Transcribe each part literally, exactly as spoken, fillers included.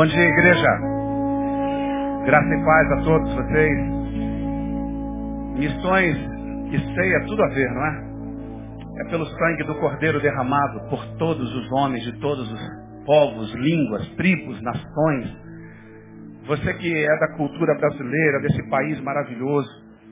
Bom dia, igreja. Graça e paz a todos vocês. Missões e ceia, tudo a ver, não é? É pelo sangue do Cordeiro derramado por todos os homens de todos os povos, línguas, tribos, nações. Você que é da cultura brasileira, desse país maravilhoso,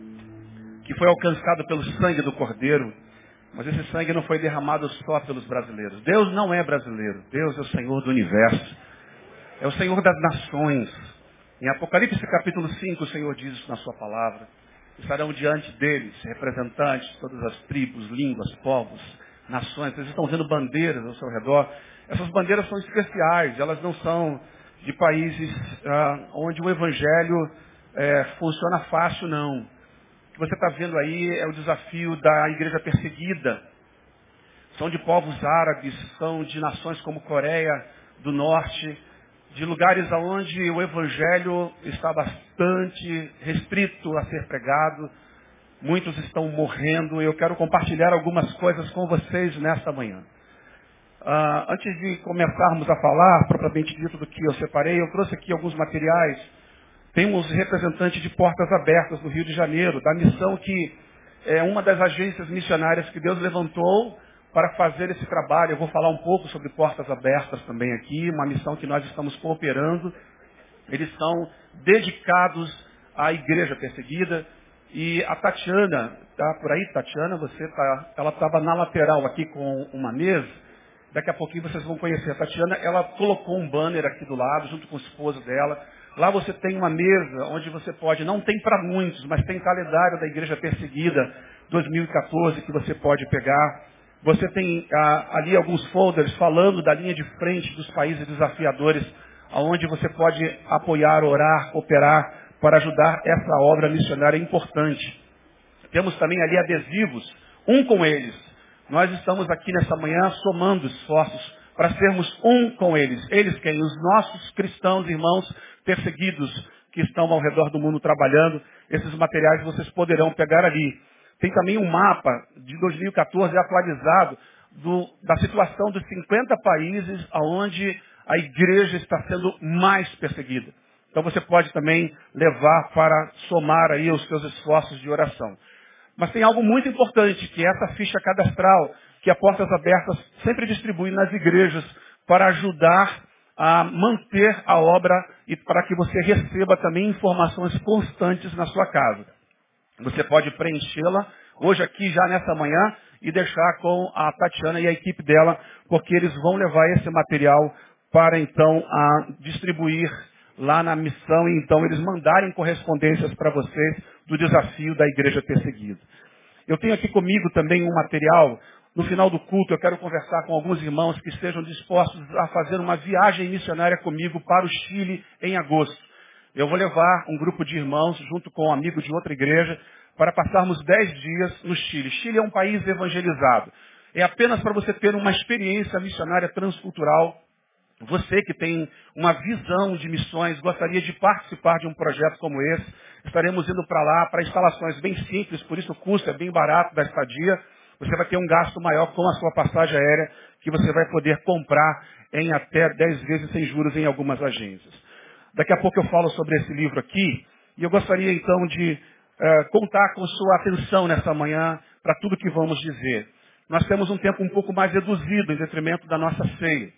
que foi alcançado pelo sangue do Cordeiro, mas esse sangue não foi derramado só pelos brasileiros. Deus não é brasileiro. Deus é o Senhor do universo. É o Senhor das nações. Em Apocalipse capítulo cinco, o Senhor diz isso na sua palavra. Estarão diante deles representantes de todas as tribos, línguas, povos, nações. Vocês estão vendo bandeiras ao seu redor. Essas bandeiras são especiais. Elas não são de países ah, onde o evangelho eh, funciona fácil, não. O que você está vendo aí é o desafio da igreja perseguida. São de povos árabes, são de nações como Coreia do Norte, de lugares onde o evangelho está bastante restrito a ser pregado. Muitos estão morrendo e eu quero compartilhar algumas coisas com vocês nesta manhã. Ah, antes de começarmos a falar, propriamente dito, do que eu separei, eu trouxe aqui alguns materiais. Temos representantes de Portas Abertas no Rio de Janeiro, da missão que é uma das agências missionárias que Deus levantou para fazer esse trabalho. Eu vou falar um pouco sobre Portas Abertas também aqui, uma missão que nós estamos cooperando. Eles são dedicados à igreja perseguida. E a Tatiana, tá por aí, Tatiana, você tá, ela estava na lateral aqui com uma mesa. Daqui a pouquinho vocês vão conhecer a Tatiana. Ela colocou um banner aqui do lado, junto com o esposo dela. Lá você tem uma mesa onde você pode, não tem para muitos, mas tem calendário da Igreja Perseguida dois mil e quatorze que você pode pegar. Você tem ah, ali alguns folders falando da linha de frente dos países desafiadores, onde você pode apoiar, orar, cooperar para ajudar essa obra missionária importante. Temos também ali adesivos, um com eles. Nós estamos aqui nessa manhã somando esforços para sermos um com eles. Eles quem? Os nossos cristãos, irmãos perseguidos que estão ao redor do mundo trabalhando. Esses materiais vocês poderão pegar ali. Tem também um mapa de dois mil e quatorze atualizado do, da situação dos cinquenta países onde a igreja está sendo mais perseguida. Então você pode também levar para somar aí os seus esforços de oração. Mas tem algo muito importante, que é essa ficha cadastral, que a Portas Abertas sempre distribui nas igrejas para ajudar a manter a obra e para que você receba também informações constantes na sua casa. Você pode preenchê-la hoje aqui, já nessa manhã, e deixar com a Tatiana e a equipe dela, porque eles vão levar esse material para, então, a distribuir lá na missão, e então eles mandarem correspondências para vocês do desafio da igreja perseguida. Eu tenho aqui comigo também um material. No final do culto, eu quero conversar com alguns irmãos que estejam dispostos a fazer uma viagem missionária comigo para o Chile em agosto. Eu vou levar um grupo de irmãos, junto com um amigo de outra igreja, para passarmos dez dias no Chile. Chile é um país evangelizado. É apenas para você ter uma experiência missionária transcultural. Você que tem uma visão de missões, gostaria de participar de um projeto como esse, estaremos indo para lá, para instalações bem simples, por isso o custo é bem barato da estadia. Você vai ter um gasto maior com a sua passagem aérea, que você vai poder comprar em até dez vezes sem juros em algumas agências. Daqui a pouco eu falo sobre esse livro aqui, e eu gostaria então de eh, contar com sua atenção nessa manhã para tudo que vamos dizer. Nós temos um tempo um pouco mais reduzido em detrimento da nossa ceia.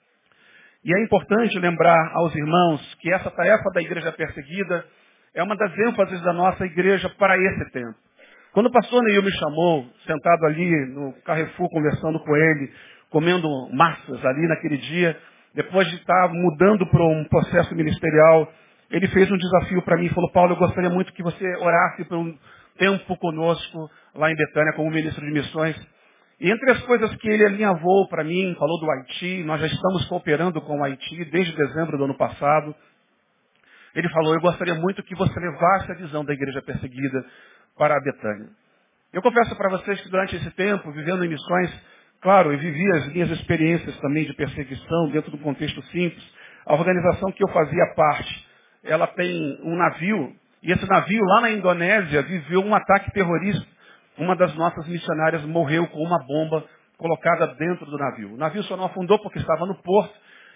E é importante lembrar aos irmãos que essa tarefa da igreja perseguida é uma das ênfases da nossa igreja para esse tempo. Quando o pastor Neil me chamou, sentado ali no Carrefour, conversando com ele, comendo massas ali naquele dia, depois de estar mudando para um processo ministerial, ele fez um desafio para mim e falou: Paulo, eu gostaria muito que você orasse por um tempo conosco lá em Betânia como ministro de missões. E entre as coisas que ele alinhavou para mim, falou do Haiti, nós já estamos cooperando com o Haiti desde dezembro do ano passado. Ele falou: eu gostaria muito que você levasse a visão da igreja perseguida para a Betânia. Eu confesso para vocês que durante esse tempo, vivendo em missões, claro, eu vivi as minhas experiências também de perseguição dentro do contexto simples. A organização que eu fazia parte, ela tem um navio, e esse navio lá na Indonésia viveu um ataque terrorista. Uma das nossas missionárias morreu com uma bomba colocada dentro do navio. O navio só não afundou porque estava no porto.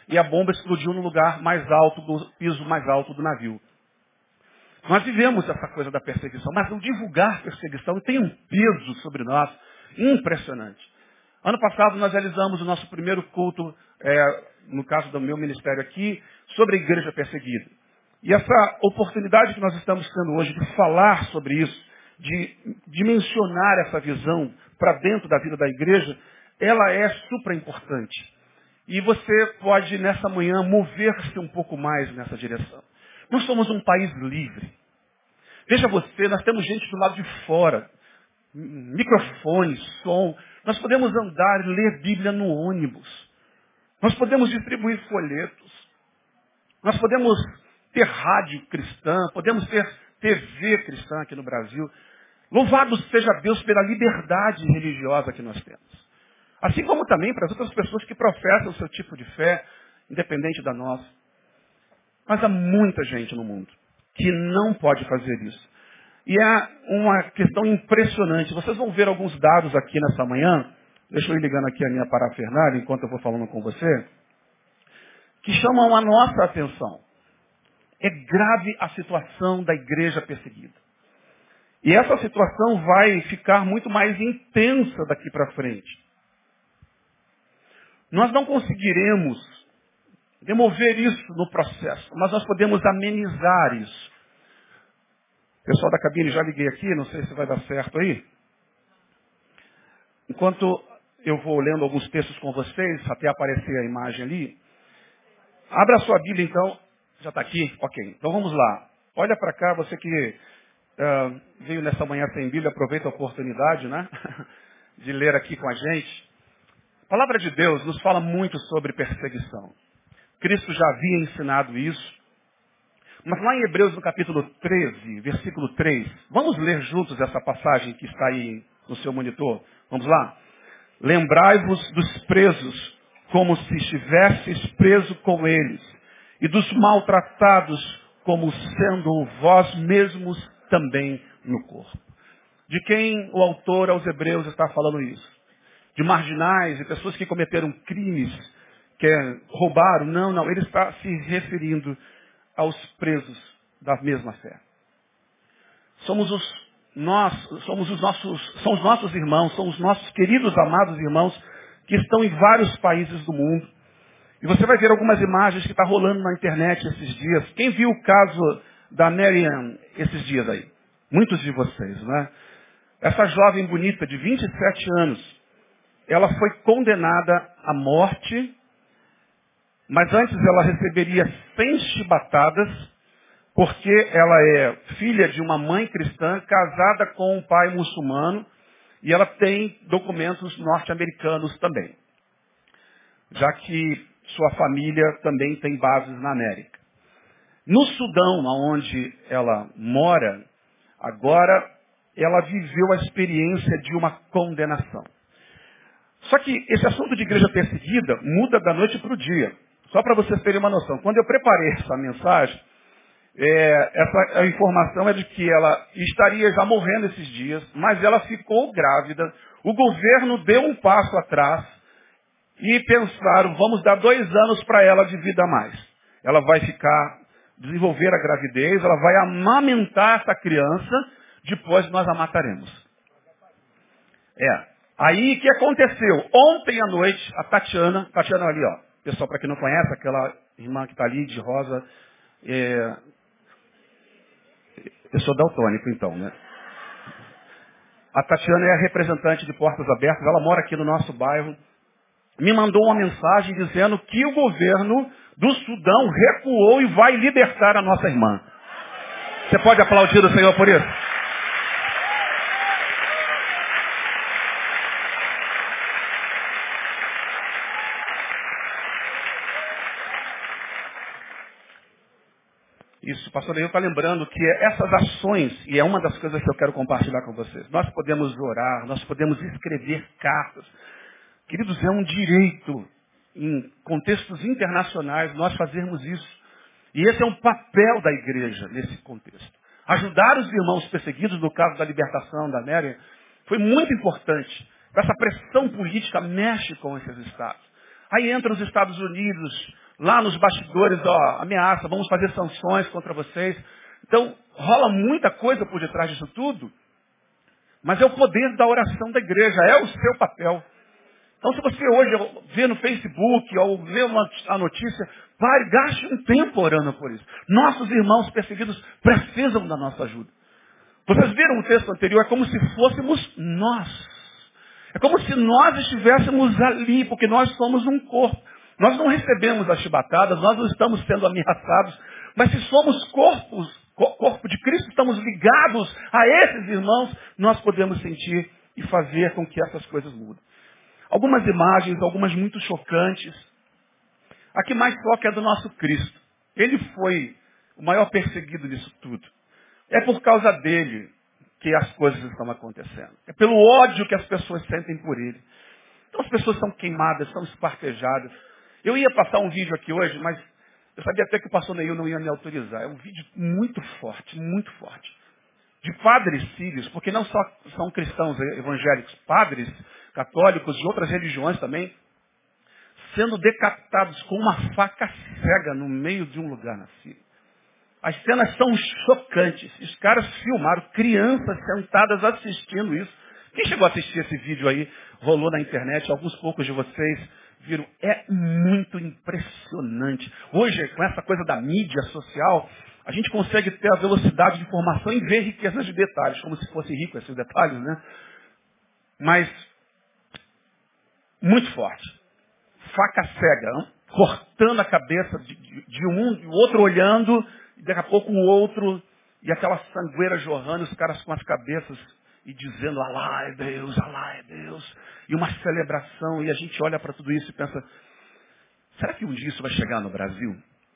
e a bomba explodiu no lugar mais alto, do piso mais alto do navio. Nós vivemos essa coisa da perseguição, mas o divulgar perseguição tem um peso sobre nós impressionante. Ano passado nós realizamos o nosso primeiro culto, é, no caso do meu ministério aqui, sobre a igreja perseguida. E essa oportunidade que nós estamos tendo hoje de falar sobre isso, de dimensionar essa visão para dentro da vida da igreja, ela é super importante. E você pode, nessa manhã, mover-se um pouco mais nessa direção. Nós somos um país livre. Veja você, nós temos gente do lado de fora, microfone, som. Nós podemos andar e ler Bíblia no ônibus. Nós podemos distribuir folhetos. Nós podemos ter rádio cristã, podemos ter T V cristã aqui no Brasil. Louvado seja Deus pela liberdade religiosa que nós temos. Assim como também para as outras pessoas que professam o seu tipo de fé, independente da nossa. Mas há muita gente no mundo que não pode fazer isso. E é uma questão impressionante. Vocês vão ver alguns dados aqui nessa manhã. Deixa eu ir ligando aqui a minha parafernália enquanto eu vou falando com você. Que chamam a nossa atenção. É grave a situação da igreja perseguida. E essa situação vai ficar muito mais intensa daqui para frente. Nós não conseguiremos demover isso no processo, mas nós podemos amenizar isso. Pessoal da cabine, já liguei aqui, não sei se vai dar certo aí. Enquanto eu vou lendo alguns textos com vocês, até aparecer a imagem ali, abra a sua Bíblia então. Já está aqui? Ok. Então vamos lá. Olha para cá, você que uh, veio nessa manhã sem Bíblia, aproveita a oportunidade, né? De ler aqui com a gente. A palavra de Deus nos fala muito sobre perseguição. Cristo já havia ensinado isso. Mas lá em Hebreus, no capítulo treze, versículo três, vamos ler juntos essa passagem que está aí no seu monitor. Vamos lá? Lembrai-vos dos presos, como se estivesseis preso com eles, e dos maltratados, como sendo vós mesmos também no corpo. De quem o autor aos Hebreus está falando isso? De marginais e pessoas que cometeram crimes, que roubaram? Não, não. Ele está se referindo aos presos da mesma fé. Somos os nós, somos os nossos, são os nossos irmãos, são os nossos queridos, amados irmãos que estão em vários países do mundo. E você vai ver algumas imagens que estão rolando na internet esses dias. Quem viu o caso da Marianne esses dias aí? Muitos de vocês, né? Essa jovem bonita de vinte e sete anos, ela foi condenada à morte, mas antes ela receberia cem chibatadas, porque ela é filha de uma mãe cristã, casada com um pai muçulmano, e ela tem documentos norte-americanos também, já que sua família também tem bases na América. No Sudão, onde ela mora, agora ela viveu a experiência de uma condenação. Só que esse assunto de igreja perseguida muda da noite para o dia. Só para vocês terem uma noção. Quando eu preparei essa mensagem, é, essa a informação é de que ela estaria já morrendo esses dias, mas ela ficou grávida. O governo deu um passo atrás e pensaram, vamos dar dois anos para ela de vida a mais. Ela vai ficar, desenvolver a gravidez, ela vai amamentar essa criança, depois nós a mataremos. É. Aí, o que aconteceu? Ontem à noite, a Tatiana, Tatiana ali, ó, pessoal, para quem não conhece, aquela irmã que está ali, de rosa, é, eu sou daltônico, então, né? A Tatiana é a representante de Portas Abertas, ela mora aqui no nosso bairro, me mandou uma mensagem dizendo que o governo do Sudão recuou e vai libertar a nossa irmã. Você pode aplaudir o Senhor por isso? Isso, o pastor Leil está lembrando que essas ações, e é uma das coisas que eu quero compartilhar com vocês, nós podemos orar, nós podemos escrever cartas. Queridos, é um direito, em contextos internacionais, nós fazermos isso. E esse é um papel da igreja nesse contexto. Ajudar os irmãos perseguidos, no caso da libertação da Mary, foi muito importante. Essa pressão política mexe com esses estados. Aí entram os Estados Unidos, Lá nos bastidores, ó, ameaça, vamos fazer sanções contra vocês. Então, rola muita coisa por detrás disso tudo, mas é o poder da oração da igreja, é o seu papel. Então, se você hoje vê no Facebook ou vê uma, a notícia, pare, gaste um tempo orando por isso. Nossos irmãos perseguidos precisam da nossa ajuda. Vocês viram o texto anterior? É como se fôssemos nós. É como se nós estivéssemos ali, porque nós somos um corpo. Nós não recebemos as chibatadas, nós não estamos sendo ameaçados, mas se somos corpos, corpo de Cristo, estamos ligados a esses irmãos, nós podemos sentir e fazer com que essas coisas mudem. Algumas imagens, algumas muito chocantes. A que mais toca é do nosso Cristo. Ele foi o maior perseguido disso tudo. É por causa dele que as coisas estão acontecendo. É pelo ódio que as pessoas sentem por ele. Então as pessoas são queimadas, são espartejadas. Eu ia passar um vídeo aqui hoje, mas eu sabia até que o pastor Neil não ia me autorizar. É um vídeo muito forte, muito forte. De padres sírios, porque não só são cristãos evangélicos, padres católicos de outras religiões também, sendo decapitados com uma faca cega no meio de um lugar na Síria. As cenas são chocantes. Os caras filmaram crianças sentadas assistindo isso. Quem chegou a assistir esse vídeo aí, rolou na internet, alguns poucos de vocês viram. É muito impressionante. Hoje, com essa coisa da mídia social, a gente consegue ter a velocidade de informação e ver riquezas de detalhes, como se fosse rico esses detalhes, né? Mas, muito forte. Faca cega, hein? Cortando a cabeça de, de, de um, e o outro olhando, e daqui a pouco o outro, e aquela sangueira jorrando, os caras com as cabeças e dizendo, Alá é Deus, Alá é Deus, e uma celebração, e a gente olha para tudo isso e pensa, será que um dia isso vai chegar no Brasil?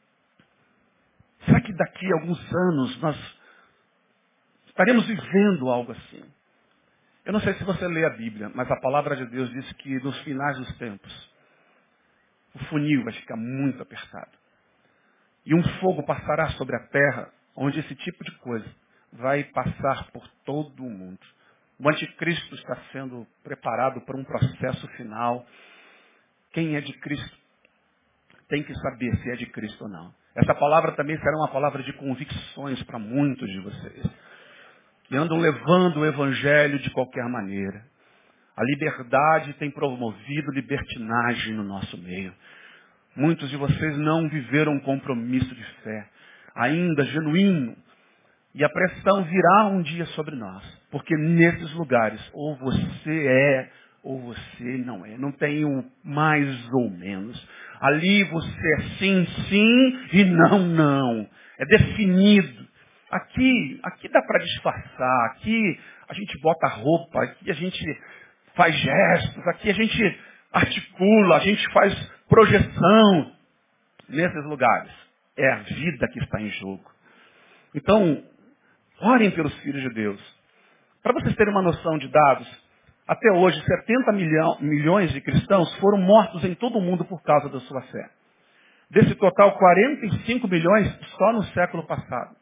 Será que daqui a alguns anos nós estaremos vivendo algo assim? Eu não sei se você lê a Bíblia, mas a palavra de Deus diz que nos finais dos tempos, o funil vai ficar muito apertado. E um fogo passará sobre a terra, onde esse tipo de coisa vai passar por todo o mundo. O anticristo está sendo preparado para um processo final. Quem é de Cristo tem que saber se é de Cristo ou não. Essa palavra também será uma palavra de convicções para muitos de vocês. Que andam levando o evangelho de qualquer maneira. A liberdade tem promovido libertinagem no nosso meio. Muitos de vocês não viveram um compromisso de fé, ainda genuíno. E a pressão virá um dia sobre nós. Porque nesses lugares, ou você é, ou você não é. Não tem um mais ou menos. Ali você é sim, sim e não, não. É definido. Aqui, aqui dá para disfarçar. Aqui a gente bota roupa. Aqui a gente faz gestos. Aqui a gente articula. A gente faz projeção. Nesses lugares. É a vida que está em jogo. Então, orem pelos filhos de Deus. Para vocês terem uma noção de dados, até hoje setenta milhão, milhões de cristãos foram mortos em todo o mundo por causa da sua fé. Desse total, quarenta e cinco milhões só no século passado.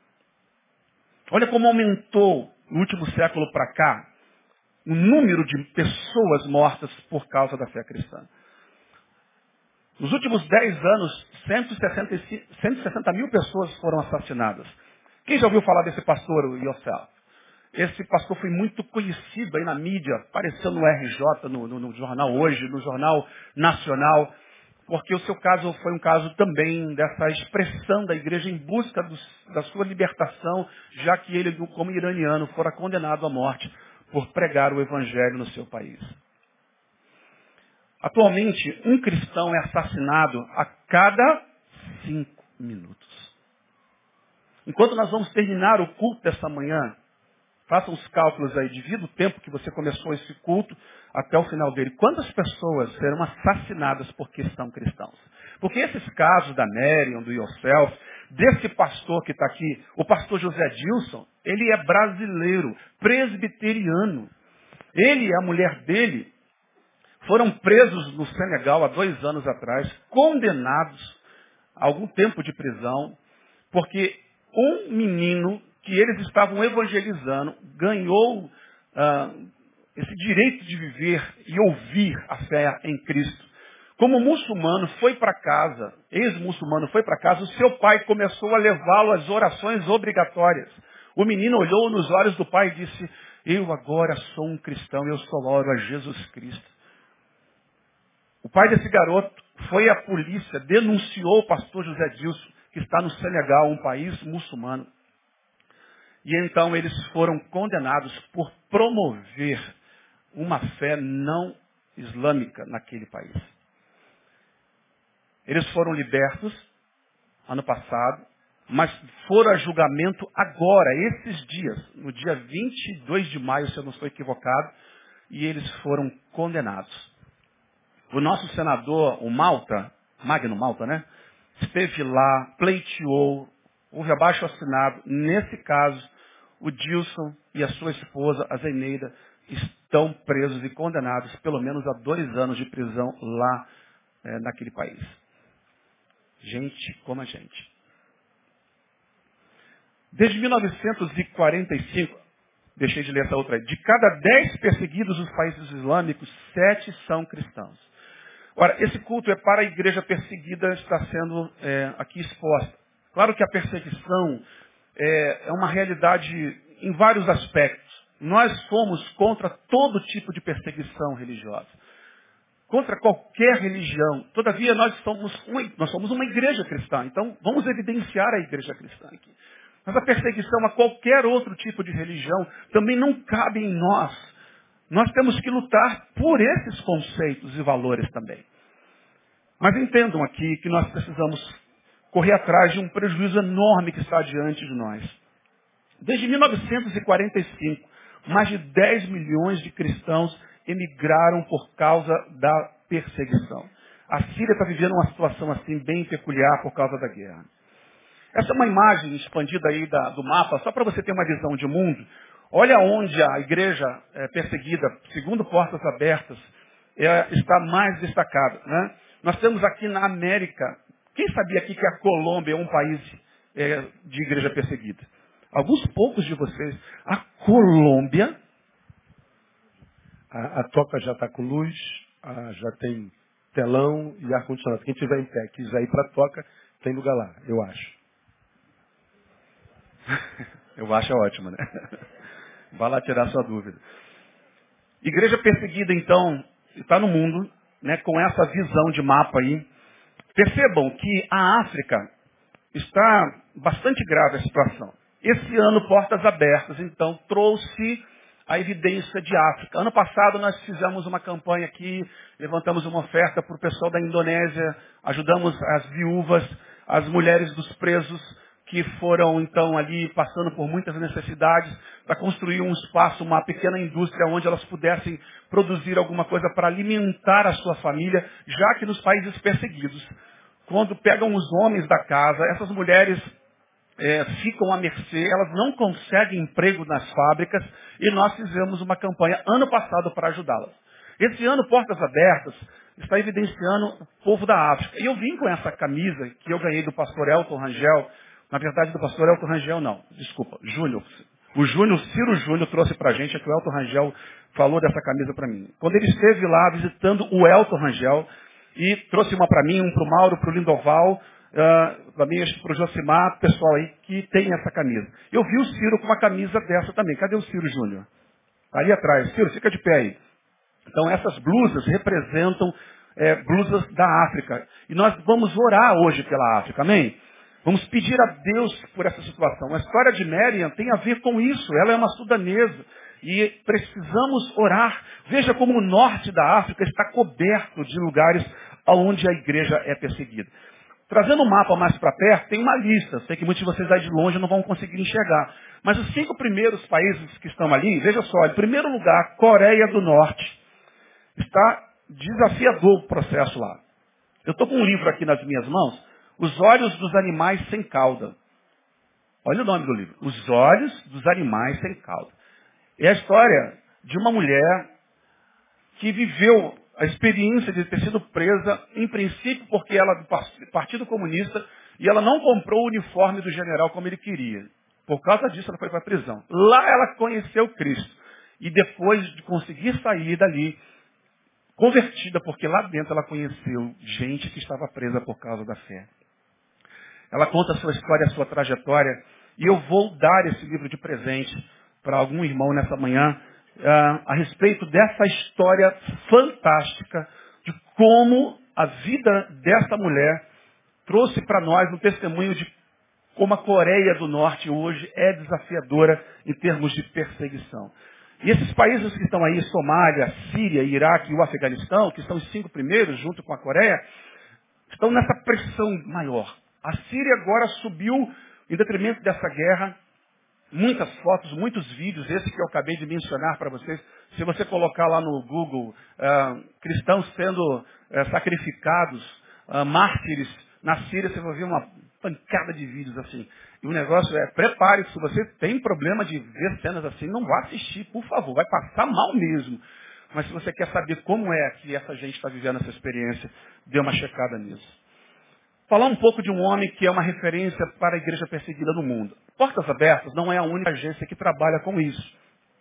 Olha como aumentou no último século para cá o número de pessoas mortas por causa da fé cristã. Nos últimos dez anos, cento e sessenta mil pessoas foram assassinadas. Quem já ouviu falar desse pastor, o Yosef? Esse pastor foi muito conhecido aí na mídia, apareceu no R J, no, no, no jornal Hoje, no jornal nacional, porque o seu caso foi um caso também dessa expressão da igreja em busca dos, da sua libertação, já que ele, como iraniano, fora condenado à morte por pregar o evangelho no seu país. Atualmente, um cristão é assassinado a cada cinco minutos. Enquanto nós vamos terminar o culto dessa manhã, façam os cálculos aí, divida o tempo que você começou esse culto até o final dele. Quantas pessoas serão assassinadas porque são cristãos? Porque esses casos da Meriam, do Yosef, desse pastor que está aqui, o pastor José Dilson, ele é brasileiro, presbiteriano. Ele e a mulher dele foram presos no Senegal há dois anos atrás, condenados a algum tempo de prisão, porque um menino que eles estavam evangelizando ganhou ah, esse direito de viver e ouvir a fé em Cristo. Como muçulmano foi para casa, ex-muçulmano foi para casa, o seu pai começou a levá-lo às orações obrigatórias. O menino olhou nos olhos do pai e disse, eu agora sou um cristão, eu só oro a Jesus Cristo. O pai desse garoto foi à polícia, denunciou o pastor José Dilson, que está no Senegal, um país muçulmano. E então eles foram condenados por promover uma fé não islâmica naquele país. Eles foram libertos ano passado, mas foram a julgamento agora, esses dias, no dia vinte e dois de maio, se eu não estou equivocado, e eles foram condenados. O nosso senador, o Malta, Magno Malta, né? Esteve lá, pleiteou, houve abaixo assinado. Nesse caso, o Dilson e a sua esposa, a Zeneida, estão presos e condenados pelo menos a dois anos de prisão lá é, naquele país. Gente como a gente. Desde mil novecentos e quarenta e cinco, deixei de ler essa outra aí, de cada dez perseguidos nos países islâmicos, sete são cristãos. Ora, esse culto é para a igreja perseguida, está sendo é, aqui exposta. Claro que a perseguição é, é uma realidade em vários aspectos. Nós somos contra todo tipo de perseguição religiosa. Contra qualquer religião. Todavia, nós somos, uma, nós somos uma igreja cristã. Então, vamos evidenciar a igreja cristã aqui. Mas a perseguição a qualquer outro tipo de religião também não cabe em nós. Nós temos que lutar por esses conceitos e valores também. Mas entendam aqui que nós precisamos correr atrás de um prejuízo enorme que está diante de nós. Desde mil novecentos e quarenta e cinco, mais de dez milhões de cristãos emigraram por causa da perseguição. A Síria está vivendo uma situação assim bem peculiar por causa da guerra. Essa é uma imagem expandida aí da, do mapa, só para você ter uma visão de mundo. Olha onde a igreja é, perseguida, segundo Portas Abertas, é, está mais destacada. Né? Nós temos aqui na América, quem sabia aqui que a Colômbia é um país é, de igreja perseguida? Alguns poucos de vocês. A Colômbia, A, a toca já está com luz, a, já tem telão e ar-condicionado. Quem tiver em pé, quiser ir para a toca, tem lugar lá, eu acho. eu acho ótimo, né? Vai lá tirar sua dúvida. Igreja perseguida, então, está no mundo, né, com essa visão de mapa aí. Percebam que a África está bastante grave a situação. Esse ano, Portas Abertas, então, trouxe a evidência de África. Ano passado nós fizemos uma campanha aqui, levantamos uma oferta para o pessoal da Indonésia, ajudamos as viúvas, as mulheres dos presos, que foram então ali passando por muitas necessidades, para construir um espaço, uma pequena indústria onde elas pudessem produzir alguma coisa para alimentar a sua família, já que nos países perseguidos, quando pegam os homens da casa, essas mulheres é, ficam à mercê, elas não conseguem emprego nas fábricas, e nós fizemos uma campanha ano passado para ajudá-las. Esse ano, Portas Abertas está evidenciando o povo da África. E eu vim com essa camisa que eu ganhei do pastor Elton Rangel. Na verdade, do pastor Elton Rangel, não. Desculpa, Júnior. O Júnior, Ciro Júnior trouxe para a gente, é que o Elton Rangel falou dessa camisa para mim. Quando ele esteve lá visitando o Elton Rangel, e trouxe uma para mim, um para o Mauro, para o Lindoval, uh, para mim, para o Josimar, pessoal aí que tem essa camisa. Eu vi o Ciro com uma camisa dessa também. Cadê o Ciro Júnior? Ali atrás. Ciro, fica de pé aí. Então essas blusas representam é, blusas da África. E nós vamos orar hoje pela África, amém? Vamos pedir a Deus por essa situação. A história de Miriam tem a ver com isso. Ela é uma sudanesa. E precisamos orar. Veja como o norte da África está coberto de lugares onde a igreja é perseguida. Trazendo o mapa mais para perto, tem uma lista. Sei que muitos de vocês aí de longe não vão conseguir enxergar. Mas os cinco primeiros países que estão ali, veja só, em primeiro lugar, Coreia do Norte. Está desafiador o processo lá. Eu estou com um livro aqui nas minhas mãos, Os Olhos dos Animais Sem Cauda. Olha o nome do livro. Os Olhos dos Animais Sem Cauda. É a história de uma mulher que viveu a experiência de ter sido presa, em princípio porque ela é do Partido Comunista, e ela não comprou o uniforme do general como ele queria. Por causa disso, ela foi para a prisão. Lá ela conheceu Cristo. E depois de conseguir sair dali, convertida, porque lá dentro ela conheceu gente que estava presa por causa da fé. Ela conta a sua história, a sua trajetória, e eu vou dar esse livro de presente para algum irmão nessa manhã, uh, a respeito dessa história fantástica de como a vida dessa mulher trouxe para nós um testemunho de como a Coreia do Norte hoje é desafiadora em termos de perseguição. E esses países que estão aí, Somália, Síria, Iraque e o Afeganistão, que são os cinco primeiros, junto com a Coreia, estão nessa pressão maior. A Síria agora subiu, em detrimento dessa guerra, muitas fotos, muitos vídeos, esse que eu acabei de mencionar para vocês. Se você colocar lá no Google, ah, cristãos sendo ah, sacrificados, ah, mártires na Síria, você vai ver uma pancada de vídeos assim. E o negócio é, prepare-se, se você tem problema de ver cenas assim, não vá assistir, por favor, vai passar mal mesmo. Mas se você quer saber como é que essa gente está vivendo essa experiência, dê uma checada nisso. Falar um pouco de um homem que é uma referência para a igreja perseguida no mundo. Portas Abertas não é a única agência que trabalha com isso.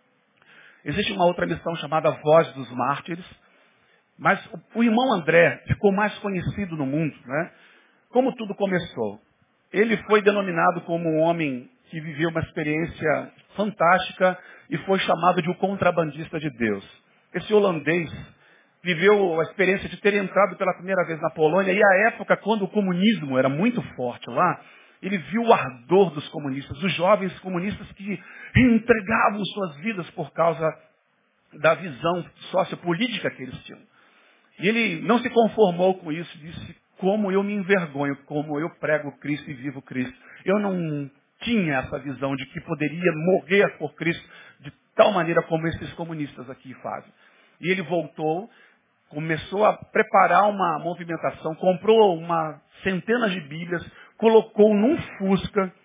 Existe uma outra missão chamada Voz dos Mártires, mas o irmão André ficou mais conhecido no mundo, né? Como tudo começou? Ele foi denominado como um homem que viveu uma experiência fantástica e foi chamado de o contrabandista de Deus. Esse holandês viveu a experiência de ter entrado pela primeira vez na Polônia, e à época, quando o comunismo era muito forte lá, ele viu o ardor dos comunistas, os jovens comunistas que entregavam suas vidas por causa da visão sociopolítica que eles tinham. E ele não se conformou com isso, disse, como eu me envergonho, como eu prego Cristo e vivo Cristo. Eu não tinha essa visão de que poderia morrer por Cristo de tal maneira como esses comunistas aqui fazem. E ele voltou, começou a preparar uma movimentação, comprou uma centena de Bíblias, colocou num Fusca,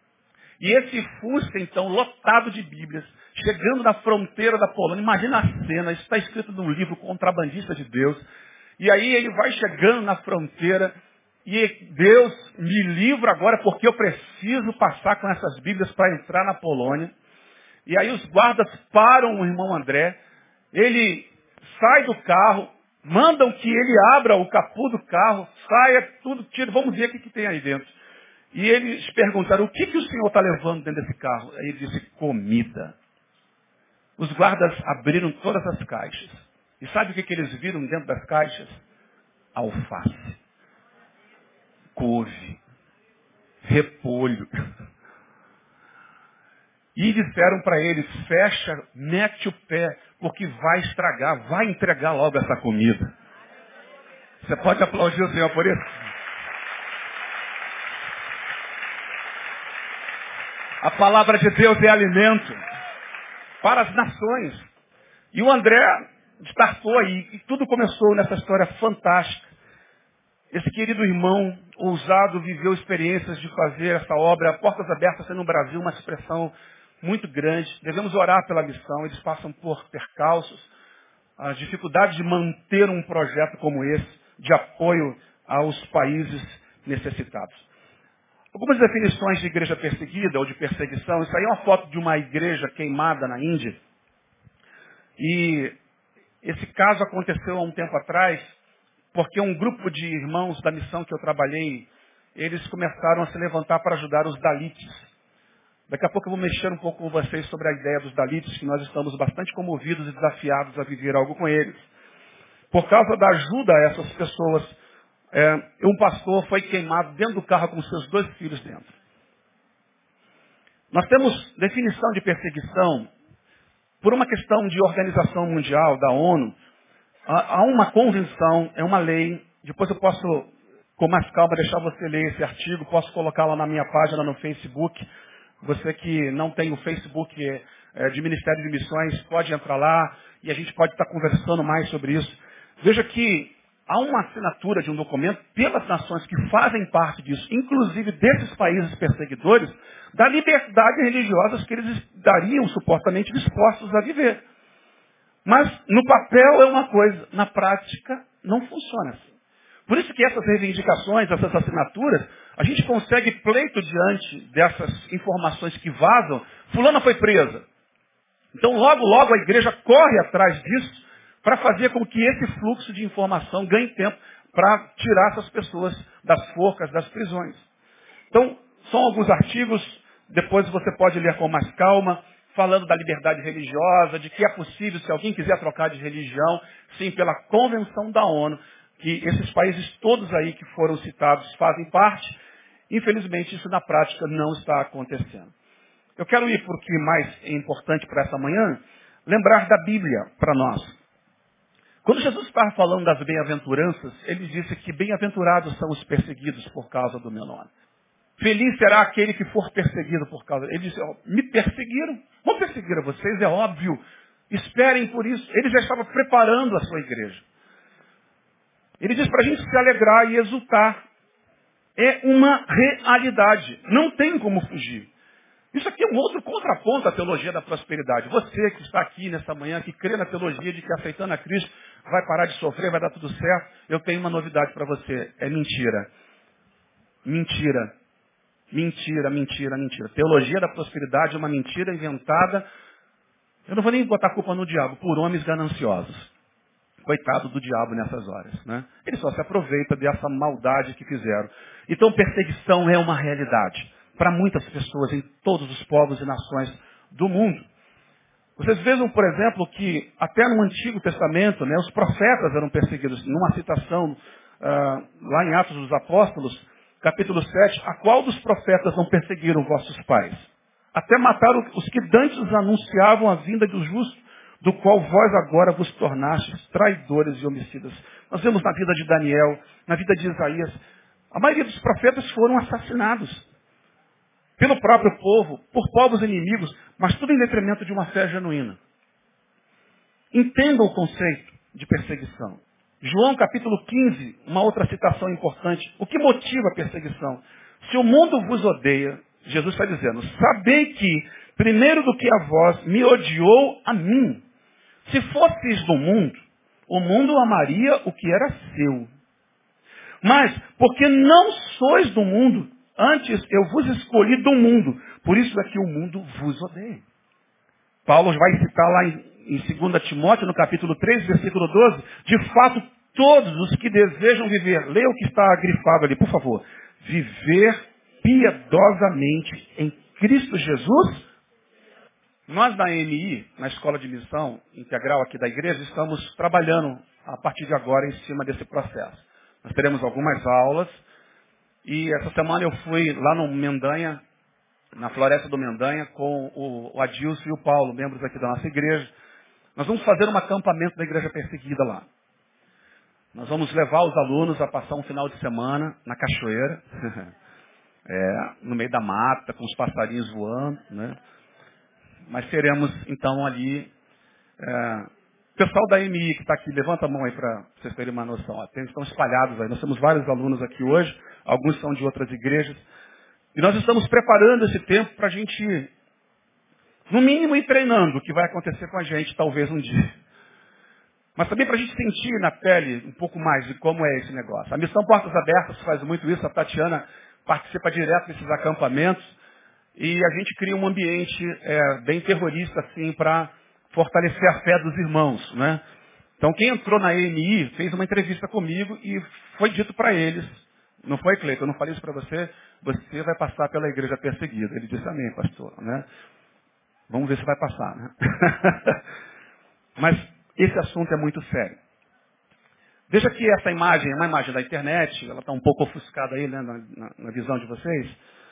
e esse Fusca, então, lotado de Bíblias, chegando na fronteira da Polônia, imagina a cena, isso está escrito num livro Contrabandista de Deus, e aí ele vai chegando na fronteira, e Deus me livra agora porque eu preciso passar com essas Bíblias para entrar na Polônia. E aí os guardas param o irmão André, ele sai do carro, mandam que ele abra o capô do carro, saia, tudo, tira, vamos ver o que, que tem aí dentro. E eles perguntaram, o que, que o senhor está levando dentro desse carro? Aí ele disse, comida. Os guardas abriram todas as caixas. E sabe o que, que eles viram dentro das caixas? Alface, couve, repolho. E disseram para ele, fecha, mete o pé, porque vai estragar, vai entregar logo essa comida. Você pode aplaudir o Senhor por isso? A palavra de Deus é alimento para as nações. E o André startou aí, e tudo começou nessa história fantástica. Esse querido irmão, ousado, viveu experiências de fazer essa obra, Portas Abertas no Brasil, uma expressão muito grande. Devemos orar pela missão, eles passam por percalços, as dificuldades de manter um projeto como esse, de apoio aos países necessitados. Algumas definições de igreja perseguida ou de perseguição, isso aí é uma foto de uma igreja queimada na Índia. E esse caso aconteceu há um tempo atrás, porque um grupo de irmãos da missão que eu trabalhei, eles começaram a se levantar para ajudar os Dalits. Daqui a pouco eu vou mexer um pouco com vocês sobre a ideia dos Dalits, que nós estamos bastante comovidos e desafiados a viver algo com eles. Por causa da ajuda a essas pessoas, é, um pastor foi queimado dentro do carro com seus dois filhos dentro. Nós temos definição de perseguição por uma questão de organização mundial, da ONU. Há uma convenção, é uma lei, depois eu posso, com mais calma, deixar você ler esse artigo, posso colocá-lo na minha página no Facebook. Você que não tem o Facebook é, de Ministério de Missões, pode entrar lá e a gente pode estar conversando mais sobre isso. Veja que há uma assinatura de um documento pelas nações que fazem parte disso, inclusive desses países perseguidores, da liberdade religiosa que eles dariam supostamente dispostos a viver. Mas no papel é uma coisa, na prática não funciona assim. Por isso que essas reivindicações, essas assinaturas, a gente consegue pleito diante dessas informações que vazam. Fulana foi presa. Então logo, logo a igreja corre atrás disso, para fazer com que esse fluxo de informação ganhe tempo para tirar essas pessoas das forcas, das prisões. Então, são alguns artigos, depois você pode ler com mais calma, falando da liberdade religiosa, de que é possível, se alguém quiser trocar de religião, sim, pela Convenção da ONU, que esses países todos aí que foram citados fazem parte. Infelizmente, isso na prática não está acontecendo. Eu quero ir para o que mais é importante para essa manhã, lembrar da Bíblia para nós. Quando Jesus estava falando das bem-aventuranças, ele disse que bem-aventurados são os perseguidos por causa do meu nome. Feliz será aquele que for perseguido por causa. Ele disse, ó, me perseguiram, vão perseguir a vocês, é óbvio. Esperem por isso. Ele já estava preparando a sua igreja. Ele diz para a gente se alegrar e exultar. É uma realidade. Não tem como fugir. Isso aqui é um outro contraponto à teologia da prosperidade. Você que está aqui nessa manhã, que crê na teologia de que aceitando a Cristo vai parar de sofrer, vai dar tudo certo, eu tenho uma novidade para você. É mentira. Mentira. Mentira, mentira, mentira. Teologia da prosperidade é uma mentira inventada, eu não vou nem botar a culpa no diabo, por homens gananciosos. Coitado do diabo nessas horas, né? Ele só se aproveita dessa maldade que fizeram. Então perseguição é uma realidade para muitas pessoas em todos os povos e nações do mundo. Vocês vejam, por exemplo, que até no Antigo Testamento, né, os profetas eram perseguidos. Numa citação ah, lá em Atos dos Apóstolos, capítulo sete, a qual dos profetas não perseguiram vossos pais? Até mataram os que dantes anunciavam a vinda do justo, do qual vós agora vos tornastes traidores e homicidas. Nós vemos na vida de Daniel, na vida de Isaías, a maioria dos profetas foram assassinados pelo próprio povo, por povos inimigos, mas tudo em detrimento de uma fé genuína. Entendam o conceito de perseguição. João capítulo quinze, uma outra citação importante. O que motiva a perseguição? Se o mundo vos odeia, Jesus está dizendo, sabei que, primeiro do que a vós, me odiou a mim. Se fosseis do mundo, o mundo amaria o que era seu. Mas, porque não sois do mundo, antes eu vos escolhi do mundo, por isso é que o mundo vos odeia. Paulo vai citar lá em, em dois Timóteo, no capítulo três, versículo doze, de fato, todos os que desejam viver, leia o que está grifado ali, por favor, viver piedosamente em Cristo Jesus. Nós da A M I, na Escola de Missão Integral aqui da igreja, estamos trabalhando a partir de agora em cima desse processo. Nós teremos algumas aulas e essa semana eu fui lá no Mendanha, na Floresta do Mendanha, com o, o Adilson e o Paulo, membros aqui da nossa igreja. Nós vamos fazer um acampamento da igreja perseguida lá. Nós vamos levar os alunos a passar um final de semana na cachoeira, é, no meio da mata, com os passarinhos voando, né? Mas seremos, então, ali... É, pessoal da A M I que está aqui, levanta a mão aí para vocês terem uma noção. Ó, tem, estão espalhados aí. Nós temos vários alunos aqui hoje, alguns são de outras igrejas. E nós estamos preparando esse tempo para a gente, no mínimo, ir treinando o que vai acontecer com a gente, talvez um dia. Mas também para a gente sentir na pele um pouco mais de como é esse negócio. A Missão Portas Abertas faz muito isso, a Tatiana participa direto desses acampamentos. E a gente cria um ambiente é, bem terrorista, assim, para fortalecer a fé dos irmãos, né? Então, quem entrou na A M I fez uma entrevista comigo e foi dito para eles, não foi, Cleiton? Eu não falei isso para você? Você vai passar pela igreja perseguida. Ele disse, amém, pastor, né? Vamos ver se vai passar, né? Mas esse assunto é muito sério. Veja que essa imagem é uma imagem da internet, ela está um pouco ofuscada aí, né, na, na, na visão de vocês.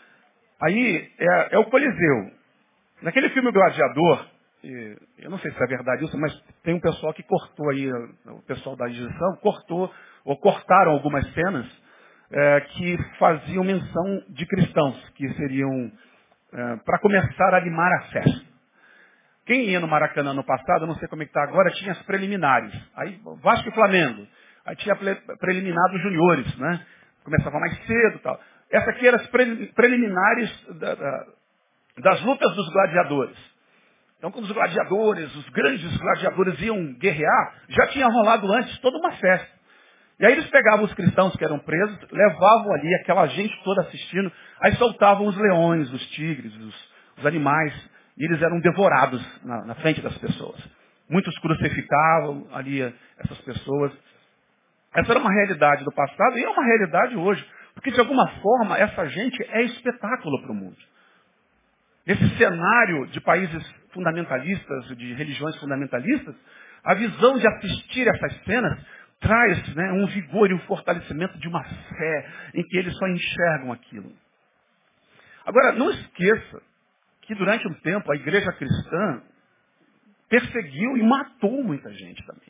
Aí é, é o Coliseu. Naquele filme Gladiador, e, eu não sei se é verdade isso, mas tem um pessoal que cortou aí, o pessoal da edição cortou, ou cortaram algumas cenas é, que faziam menção de cristãos, que seriam é, para começar a animar a festa. Quem ia no Maracanã no passado, eu não sei como é que está agora, tinha as preliminares. Aí Vasco e Flamengo. Aí tinha preliminar dos juniores, né? Começava mais cedo e tal. Essa aqui eram as preliminares da, da, das lutas dos gladiadores. Então, quando os gladiadores, os grandes gladiadores iam guerrear, já tinha rolado antes toda uma festa. E aí eles pegavam os cristãos que eram presos, levavam ali aquela gente toda assistindo, aí soltavam os leões, os tigres, os, os animais, e eles eram devorados na, na frente das pessoas. Muitos crucificavam ali essas pessoas. Essa era uma realidade do passado e é uma realidade hoje. Porque, de alguma forma, essa gente é espetáculo para o mundo. Nesse cenário de países fundamentalistas, de religiões fundamentalistas, a visão de assistir essas cenas traz, né, um vigor e um fortalecimento de uma fé em que eles só enxergam aquilo. Agora, não esqueça que durante um tempo a igreja cristã perseguiu e matou muita gente também.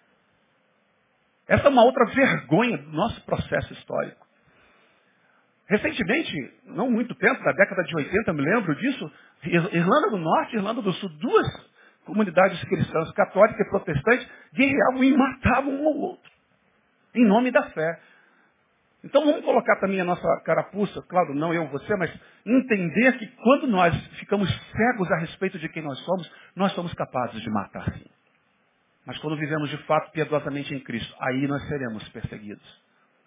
Essa é uma outra vergonha do nosso processo histórico. Recentemente, não muito tempo, na década de oitenta, eu me lembro disso, Irlanda do Norte e Irlanda do Sul, duas comunidades cristãs, católica e protestante, guerreavam e matavam um ao outro, em nome da fé. Então vamos colocar também a nossa carapuça, claro, não eu, você, mas entender que quando nós ficamos cegos a respeito de quem nós somos, nós somos capazes de matar sim. Mas quando vivemos de fato piedosamente em Cristo, aí nós seremos perseguidos.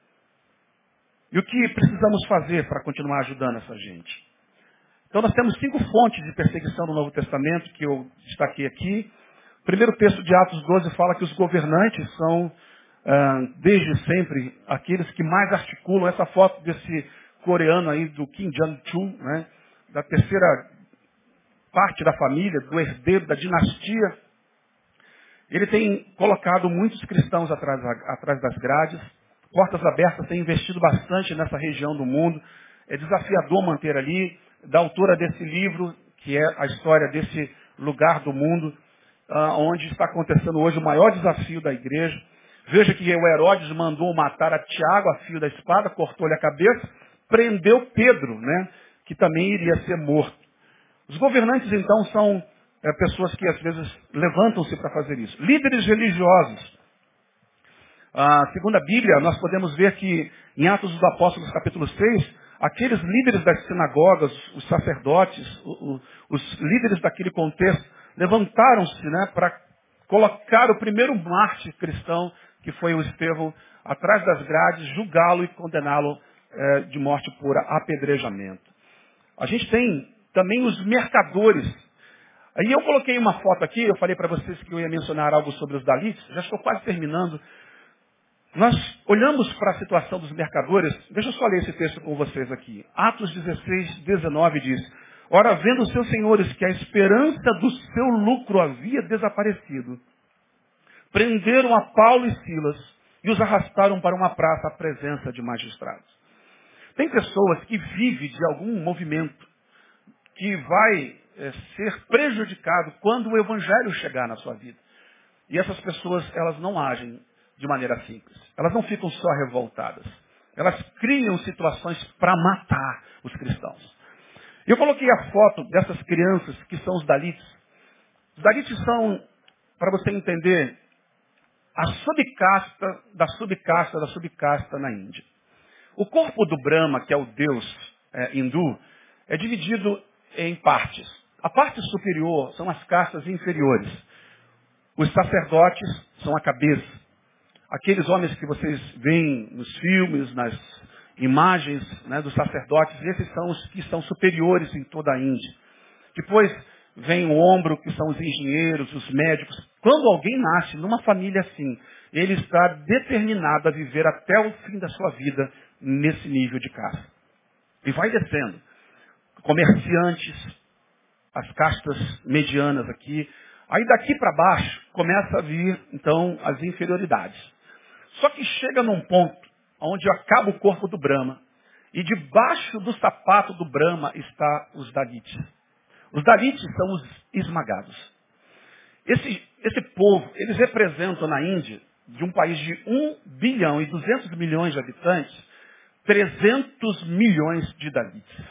E o que precisamos fazer para continuar ajudando essa gente? Então nós temos cinco fontes de perseguição no Novo Testamento que eu destaquei aqui. O primeiro texto de Atos doze fala que os governantes são, ah, desde sempre, aqueles que mais articulam. Essa foto desse coreano aí, do Kim Jong-un, né, da terceira parte da família, do herdeiro da dinastia. Ele tem colocado muitos cristãos atrás, atrás das grades. Portas Abertas tem investido bastante nessa região do mundo. É desafiador manter ali. Da autora desse livro, que é a história desse lugar do mundo, ah, onde está acontecendo hoje o maior desafio da igreja. Veja que o Herodes mandou matar a Tiago a fio da espada, cortou-lhe a cabeça, prendeu Pedro, né, que também iria ser morto. Os governantes, então, são é, pessoas que às vezes levantam-se para fazer isso. Líderes religiosos. Ah, segundo a Bíblia, nós podemos ver que em Atos dos Apóstolos, capítulo seis, aqueles líderes das sinagogas, os sacerdotes, o, o, os líderes daquele contexto, levantaram-se, né, para colocar o primeiro mártir cristão, que foi o Estevão, atrás das grades, julgá-lo e condená-lo eh, de morte por apedrejamento. A gente tem também os mercadores. Aí eu coloquei uma foto aqui, eu falei para vocês que eu ia mencionar algo sobre os dalites, já estou quase terminando. Nós olhamos para a situação dos mercadores, deixa eu só ler esse texto com vocês aqui. Atos dezesseis, dezenove diz: Ora, vendo os seus senhores que a esperança do seu lucro havia desaparecido, prenderam a Paulo e Silas e os arrastaram para uma praça à presença de magistrados. Tem pessoas que vivem de algum movimento que vai é, ser prejudicado quando o evangelho chegar na sua vida. E essas pessoas, elas não agem de maneira simples. Elas não ficam só revoltadas. Elas criam situações para matar os cristãos. Eu coloquei a foto dessas crianças que são os dalites. Os dalites são, para você entender, a subcasta da subcasta da subcasta na Índia. O corpo do Brahma, que é o deus é, hindu, é dividido em partes. A parte superior são as castas inferiores. Os sacerdotes são a cabeça. Aqueles homens que vocês veem nos filmes, nas imagens, né, dos sacerdotes, esses são os que são superiores em toda a Índia. Depois vem o ombro, que são os engenheiros, os médicos. Quando alguém nasce numa família assim, ele está determinado a viver até o fim da sua vida nesse nível de casta. E vai descendo. Comerciantes, as castas medianas aqui. Aí daqui para baixo começa a vir, então, as inferioridades. Só que chega num ponto onde acaba o corpo do Brahma. E debaixo do sapato do Brahma está os Dalites. Os Dalites são os esmagados. Esse, esse povo, eles representam na Índia, de um país de um bilhão e duzentos milhões de habitantes, trezentos milhões de Dalites.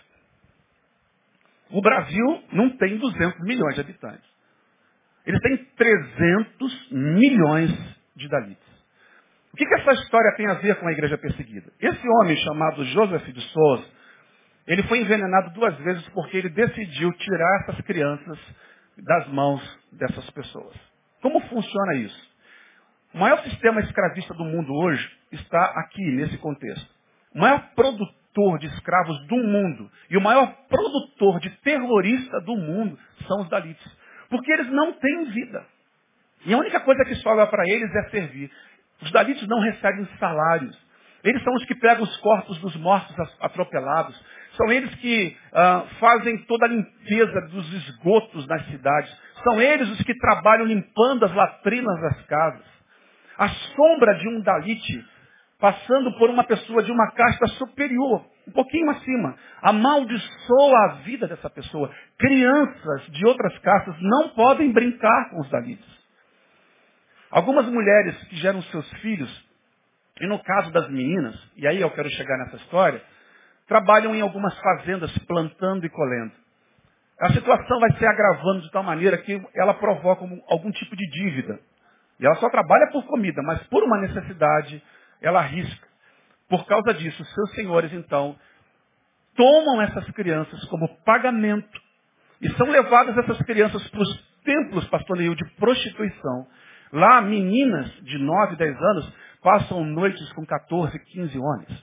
O Brasil não tem duzentos milhões de habitantes. Eles têm trezentos milhões de Dalites. O que, que essa história tem a ver com a igreja perseguida? Esse homem chamado Joseph de Souza, ele foi envenenado duas vezes porque ele decidiu tirar essas crianças das mãos dessas pessoas. Como funciona isso? O maior sistema escravista do mundo hoje está aqui, nesse contexto. O maior produtor de escravos do mundo e o maior produtor de terrorista do mundo são os Dalites. Porque eles não têm vida. E a única coisa que sobra para eles é servir. Os dalitos não recebem salários. Eles são os que pegam os corpos dos mortos atropelados. São eles que ah, fazem toda a limpeza dos esgotos nas cidades. São eles os que trabalham limpando as latrinas das casas. A sombra de um dalite, passando por uma pessoa de uma casta superior, um pouquinho acima, amaldiçoa a vida dessa pessoa. Crianças de outras castas não podem brincar com os dalites. Algumas mulheres que geram seus filhos, e no caso das meninas, e aí eu quero chegar nessa história, trabalham em algumas fazendas plantando e colhendo. A situação vai se agravando de tal maneira que ela provoca algum tipo de dívida. E ela só trabalha por comida, mas por uma necessidade ela arrisca. Por causa disso, seus senhores então tomam essas crianças como pagamento e são levadas essas crianças para os templos, pastor Neil, de prostituição. Lá, meninas de nove, dez anos passam noites com quatorze, quinze homens.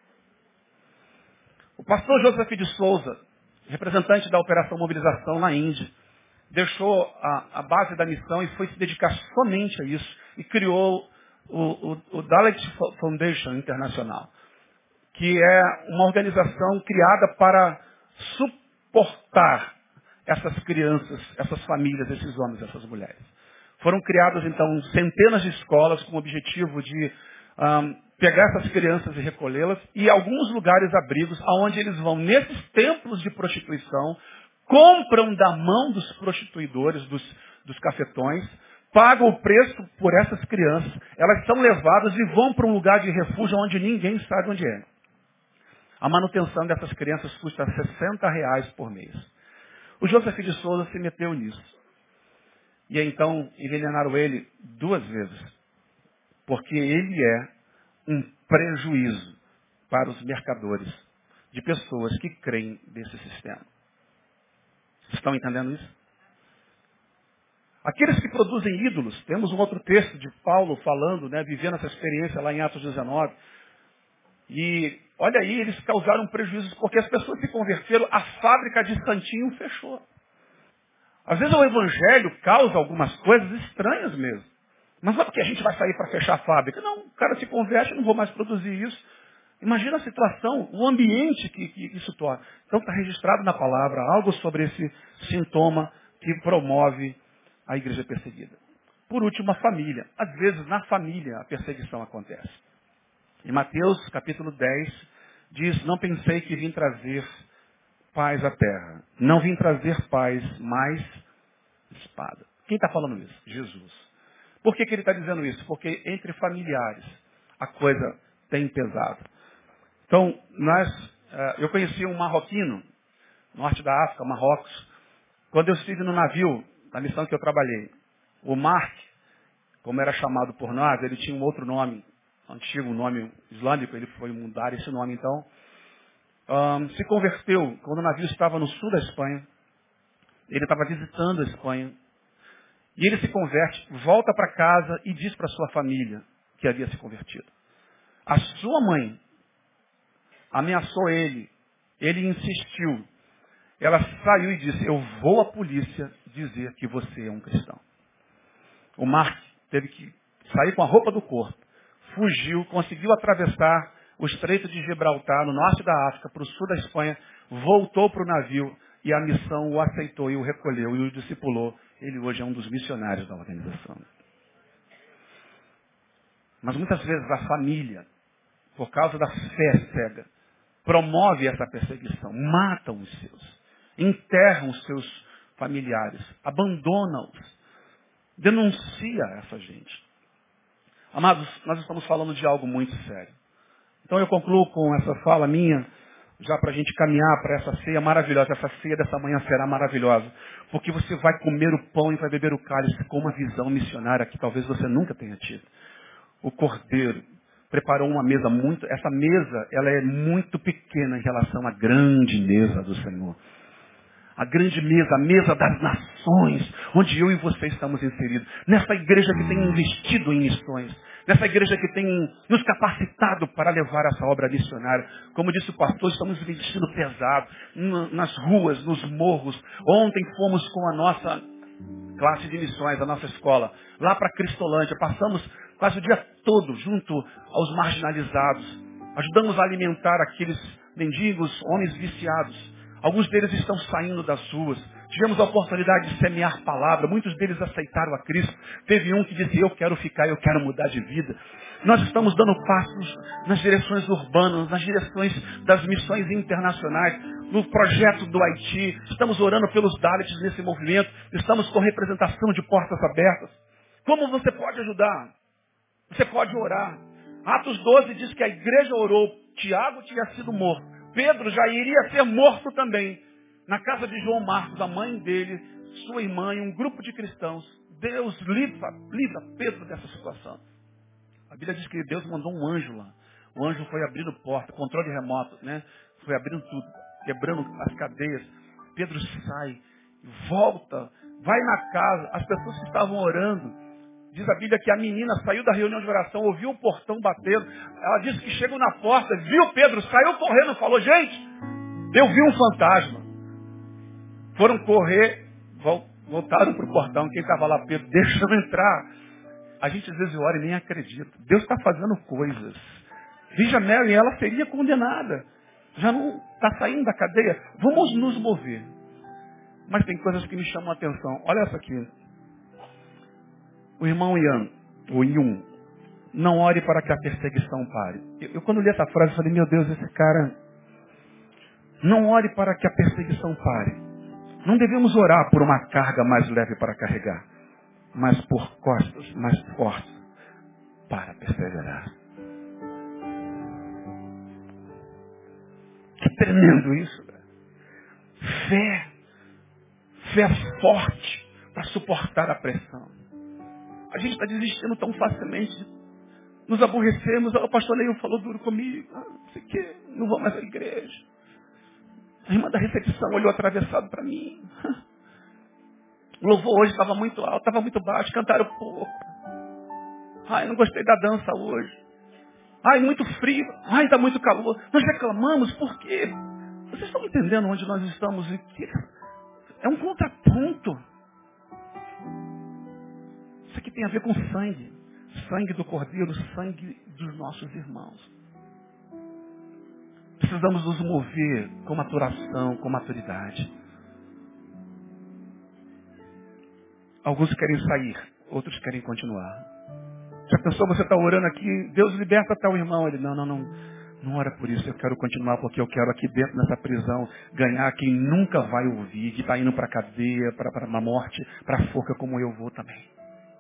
O pastor Joseph de Souza, representante da Operação Mobilização na Índia, deixou a, a base da missão e foi se dedicar somente a isso e criou o, o, o Dalit Foundation Internacional, que é uma organização criada para suportar essas crianças, essas famílias, esses homens, essas mulheres. Foram criadas, então, centenas de escolas com o objetivo de um, pegar essas crianças e recolhê-las, e alguns lugares abrigos, aonde eles vão nesses templos de prostituição, compram da mão dos prostituidores, dos, dos cafetões, pagam o preço por essas crianças, elas são levadas e vão para um lugar de refúgio onde ninguém sabe onde é. A manutenção dessas crianças custa sessenta reais por mês. O Joseph de Souza se meteu nisso. E então envenenaram ele duas vezes. Porque ele é um prejuízo para os mercadores de pessoas que creem nesse sistema. Vocês estão entendendo isso? Aqueles que produzem ídolos, temos um outro texto de Paulo falando, né, vivendo essa experiência lá em Atos dezenove. E olha aí, eles causaram prejuízos porque as pessoas se converteram, a fábrica de santinho fechou. Às vezes o evangelho causa algumas coisas estranhas mesmo. Mas não é porque a gente vai sair para fechar a fábrica. Não, o cara se converte, não vou mais produzir isso. Imagina a situação, o ambiente que, que isso torna. Então está registrado na palavra algo sobre esse sintoma que promove a igreja perseguida. Por último, a família. Às vezes na família a perseguição acontece. Em Mateus capítulo dez diz, não pensei que vim trazer paz à terra. Não vim trazer paz, mas espada. Quem está falando isso? Jesus. Por que, que ele está dizendo isso? Porque entre familiares a coisa tem pesado. Então, nós, eu conheci um marroquino, norte da África, Marrocos, quando eu estive no navio, na missão que eu trabalhei. O Mark, como era chamado por nós, ele tinha um outro nome, antigo nome islâmico, ele foi mudar esse nome então. Um, se converteu quando o navio estava no sul da Espanha. Ele estava visitando a Espanha. E ele se converte, volta para casa e diz para sua família que havia se convertido. A sua mãe ameaçou ele. Ele insistiu. Ela saiu e disse, eu vou à polícia dizer que você é um cristão. O Mark teve que sair com a roupa do corpo. Fugiu, conseguiu atravessar o Estreito de Gibraltar, no norte da África, para o sul da Espanha, voltou para o navio e a missão o aceitou e o recolheu e o discipulou. Ele hoje é um dos missionários da organização. Mas muitas vezes a família, por causa da fé cega, promove essa perseguição, matam os seus, enterram os seus familiares, abandonam-os, denuncia essa gente. Amados, nós estamos falando de algo muito sério. Então eu concluo com essa fala minha, já para a gente caminhar para essa ceia maravilhosa. Essa ceia dessa manhã será maravilhosa. Porque você vai comer o pão e vai beber o cálice com uma visão missionária que talvez você nunca tenha tido. O Cordeiro preparou uma mesa muito... Essa mesa, ela é muito pequena em relação à grande mesa do Senhor. A grande mesa, a mesa das nações, onde eu e você estamos inseridos. Nessa igreja que tem investido em missões. Nessa igreja que tem nos capacitado para levar essa obra missionária. Como disse o pastor, estamos investindo pesado nas ruas, nos morros. Ontem fomos com a nossa classe de missões, a nossa escola, lá para Cristolândia. Passamos quase o dia todo junto aos marginalizados. Ajudamos a alimentar aqueles mendigos, homens viciados. Alguns deles estão saindo das ruas. Tivemos a oportunidade de semear palavra. Muitos deles aceitaram a Cristo. Teve um que disse, eu quero ficar, eu quero mudar de vida. Nós estamos dando passos nas direções urbanas, nas direções das missões internacionais, no projeto do Haiti. Estamos orando pelos Dalits nesse movimento. Estamos com representação de portas abertas. Como você pode ajudar? Você pode orar. Atos doze diz que a igreja orou. Tiago tinha sido morto. Pedro já iria ser morto também. Na casa de João Marcos, a mãe dele, sua irmã e um grupo de cristãos. Deus livra, livra Pedro dessa situação. A Bíblia diz que Deus mandou um anjo lá. O anjo foi abrindo porta, controle remoto, né? Foi abrindo tudo, quebrando as cadeias. Pedro sai, volta, vai na casa. As pessoas que estavam orando, diz a Bíblia que a menina saiu da reunião de oração, ouviu o portão batendo. Ela disse que chegou na porta, viu Pedro, saiu correndo, falou, gente, eu vi um fantasma. Foram correr, voltaram para o portão. Quem estava lá, Pedro, deixa eu entrar. A gente às vezes ora e nem acredita. Deus está fazendo coisas. Veja, Mary, ela seria condenada. Já não está saindo da cadeia. Vamos nos mover. Mas tem coisas que me chamam a atenção. Olha essa aqui. O irmão Ian, o Yun, não ore para que a perseguição pare. Eu, eu quando li essa frase, falei, meu Deus, esse cara, não ore para que a perseguição pare. Não devemos orar por uma carga mais leve para carregar, mas por costas mais fortes para perseverar. Que tremendo isso, velho. Fé. Fé forte para suportar a pressão. A gente está desistindo tão facilmente. Nos aborrecemos. O pastor Leio falou duro comigo. Ah, não sei o quê. Não vou mais à igreja. A irmã da recepção olhou atravessado para mim. O louvor hoje estava muito alto, estava muito baixo, cantaram pouco. Ai, não gostei da dança hoje. Ai, muito frio. Ai, está muito calor. Nós reclamamos, por quê? Vocês estão entendendo onde nós estamos? É um contraponto. Isso aqui tem a ver com sangue. Sangue do Cordeiro, sangue dos nossos irmãos. Precisamos nos mover com maturação, com maturidade. Alguns querem sair, outros querem continuar. Já pensou, você está orando aqui, Deus liberta tal irmão. Ele, não, não, não, não ora por isso, eu quero continuar porque eu quero aqui dentro dessa prisão ganhar quem nunca vai ouvir, que está indo para a cadeia, para a morte, para a forca como eu vou também.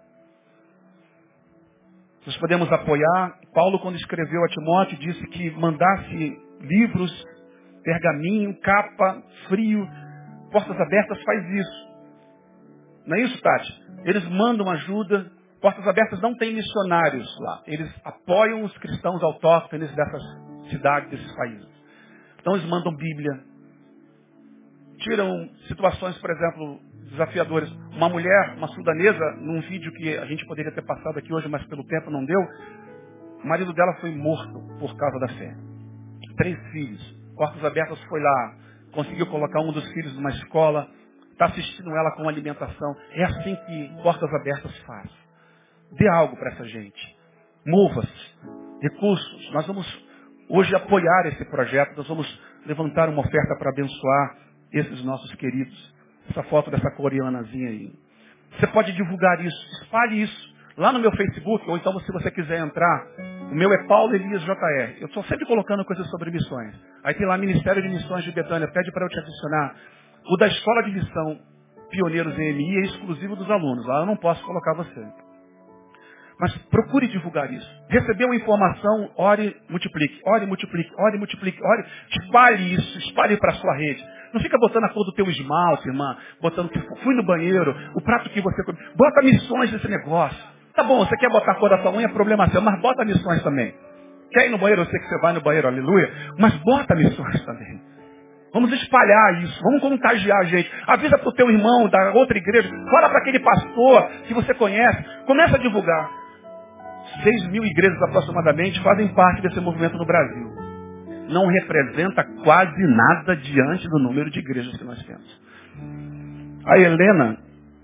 Nós podemos apoiar. Paulo, quando escreveu a Timóteo, disse que mandasse livros, pergaminho, capa, frio, portas abertas, faz isso. Não é isso, Tati? Eles mandam ajuda. Portas abertas não tem missionários lá. Eles apoiam os cristãos autóctones dessas cidades, desses países. Então eles mandam Bíblia. Tiram situações, por exemplo, desafiadoras. Uma mulher, uma sudanesa, num vídeo que a gente poderia ter passado aqui hoje, mas pelo tempo não deu, o marido dela foi morto por causa da fé. Três filhos. Portas abertas foi lá, conseguiu colocar um dos filhos numa escola, está assistindo ela com alimentação. É assim que Portas Abertas faz. Dê algo para essa gente. Mova-se. Recursos. Nós vamos hoje apoiar esse projeto, nós vamos levantar uma oferta para abençoar esses nossos queridos. Essa foto dessa coreanazinha aí. Você pode divulgar isso, espalhe isso. Lá no meu Facebook, ou então se você quiser entrar, o meu é Paulo Elias J R. Eu estou sempre colocando coisas sobre missões. Aí tem lá Ministério de Missões de Betânia, pede para eu te adicionar. O da Escola de Missão Pioneiros em M I é exclusivo dos alunos. Lá eu não posso colocar você. Mas procure divulgar isso. Recebeu uma informação, ore, multiplique, ore, multiplique, ore, multiplique, ore, espalhe isso, espalhe para a sua rede. Não fica botando a cor do teu esmalte, irmã, botando que fui no banheiro, o prato que você come. Bota missões nesse negócio. Tá bom, você quer botar a cor da sua unha, problema seu, mas bota missões também. Quer ir no banheiro, eu sei que você vai no banheiro, aleluia, mas bota missões também. Vamos espalhar isso, vamos contagiar a gente. Avisa para o teu irmão da outra igreja, fala para aquele pastor que você conhece, começa a divulgar. Seis mil igrejas aproximadamente fazem parte desse movimento no Brasil. Não representa quase nada diante do número de igrejas que nós temos. A Helena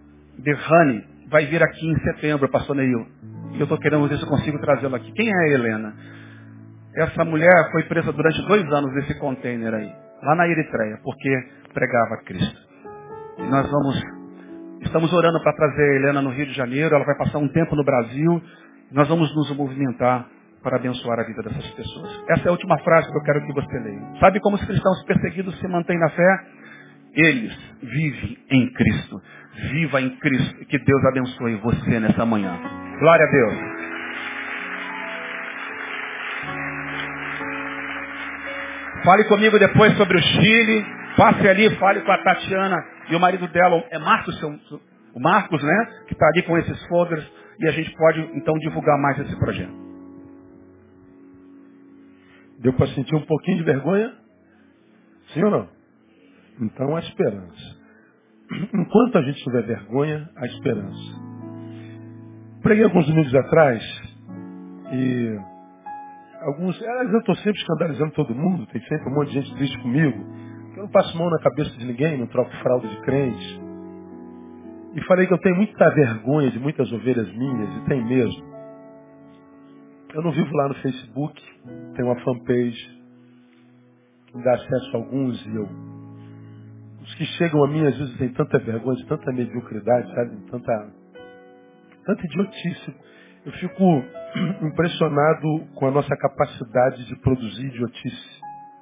Derrane vai vir aqui em setembro, pastor Neil. E eu estou querendo ver se eu consigo trazê-lo aqui. Quem é a Helena? Essa mulher foi presa durante dois anos nesse container aí, lá na Eritreia, porque pregava Cristo. E nós vamos, estamos orando para trazer a Helena no Rio de Janeiro, ela vai passar um tempo no Brasil, e nós vamos nos movimentar para abençoar a vida dessas pessoas. Essa é a última frase que eu quero que você leia. Sabe como os cristãos perseguidos se mantêm na fé? Eles vivem em Cristo. Viva em Cristo. Que Deus abençoe você nessa manhã. Glória a Deus. Fale comigo depois sobre o Chile. Passe ali, fale com a Tatiana e o marido dela, é Marcos, o Marcos, né? Que está ali com esses folders. E a gente pode, então, divulgar mais esse projeto. Deu para sentir um pouquinho de vergonha? Sim ou não? Então, há esperança. Enquanto a gente tiver vergonha, há esperança. Preguei alguns minutos atrás e alguns... Eu estou sempre escandalizando todo mundo, tem sempre um monte de gente triste comigo. Eu não passo mão na cabeça de ninguém, não troco fralda de crente. E falei que eu tenho muita vergonha de muitas ovelhas minhas, e tem mesmo. Eu não vivo lá no Facebook, tem uma fanpage que me dá acesso a alguns e eu... Os que chegam a mim às vezes têm tanta vergonha, tanta mediocridade, sabe? Tanta, tanta idiotice. Eu fico impressionado com a nossa capacidade de produzir idiotice.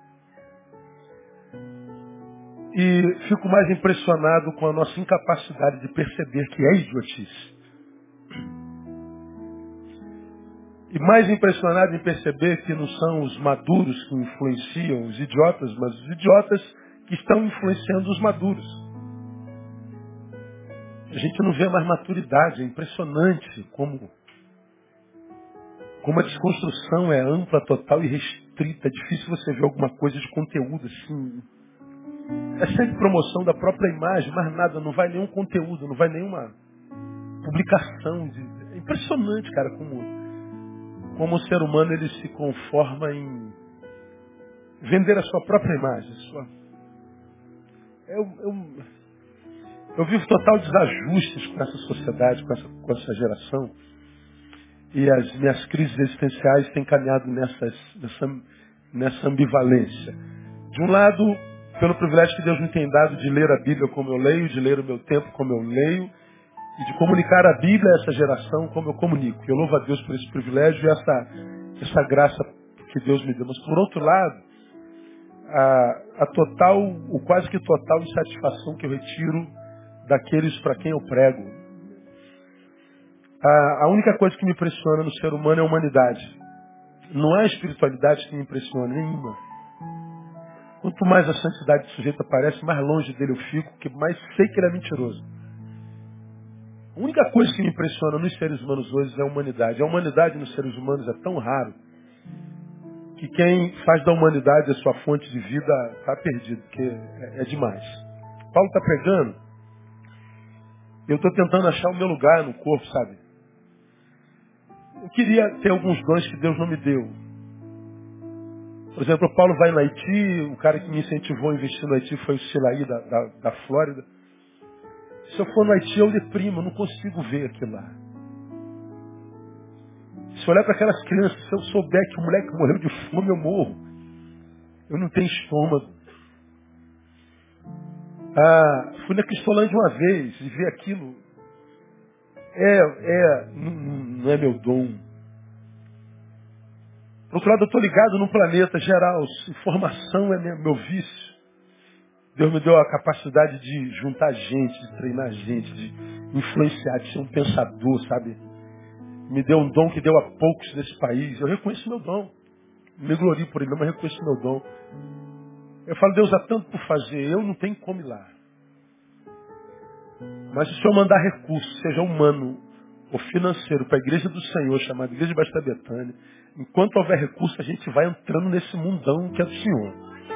E fico mais impressionado com a nossa incapacidade de perceber que é idiotice. E mais impressionado em perceber que não são os maduros que influenciam os idiotas, mas os idiotas que estão influenciando os maduros. A gente não vê mais maturidade, é impressionante como, como a desconstrução é ampla, total e restrita. É difícil você ver alguma coisa de conteúdo assim. É sempre promoção da própria imagem, mas nada, não vai nenhum conteúdo, não vai nenhuma publicação. De... É impressionante, cara, como... Como o ser humano ele se conforma em vender a sua própria imagem. Sua... Eu, eu, eu vivo total desajustes com essa sociedade, com essa, com essa geração. E as minhas crises existenciais têm caminhado nessas, nessa, nessa ambivalência. De um lado, pelo privilégio que Deus me tem dado de ler a Bíblia como eu leio, de ler o meu tempo como eu leio, e de comunicar a Bíblia a essa geração como eu comunico. Eu louvo a Deus por esse privilégio e essa, essa graça que Deus me deu. Mas, por outro lado, a, a total, o quase que total insatisfação que eu retiro daqueles para quem eu prego. A, a única coisa que me impressiona no ser humano é a humanidade. Não há espiritualidade que me impressione, nenhuma. Quanto mais a santidade do sujeito aparece, mais longe dele eu fico, que mais sei que ele é mentiroso. A única coisa que me impressiona nos seres humanos hoje é a humanidade. A humanidade nos seres humanos é tão raro que quem faz da humanidade a sua fonte de vida está perdido, porque é, é demais. Paulo está pregando, eu estou tentando achar o meu lugar no corpo, sabe? Eu queria ter alguns dons que Deus não me deu. Por exemplo, o Paulo vai no Haiti, o cara que me incentivou a investir no Haiti foi o Silaí da, da, da Flórida. Se eu for no Haiti, eu deprimo, eu não consigo ver aquilo lá. Se eu olhar para aquelas crianças, se eu souber que o moleque morreu de fome, eu morro. Eu não tenho estômago. Ah, fui na Cristolândia uma vez e vi aquilo. É, é, não, não é meu dom. Por outro lado, eu estou ligado num planeta geral. Informação é meu, meu vício. Deus me deu a capacidade de juntar gente, de treinar gente, de influenciar, de ser um pensador, sabe? Me deu um dom que deu a poucos nesse país. Eu reconheço meu dom. Me glorio por ele, mas eu reconheço meu dom. Eu falo, Deus, há tanto por fazer. Eu não tenho como ir lá. Mas se o Senhor mandar recurso, seja humano ou financeiro, para a igreja do Senhor, chamada Igreja de Basta Betânia, enquanto houver recurso, a gente vai entrando nesse mundão que é do Senhor.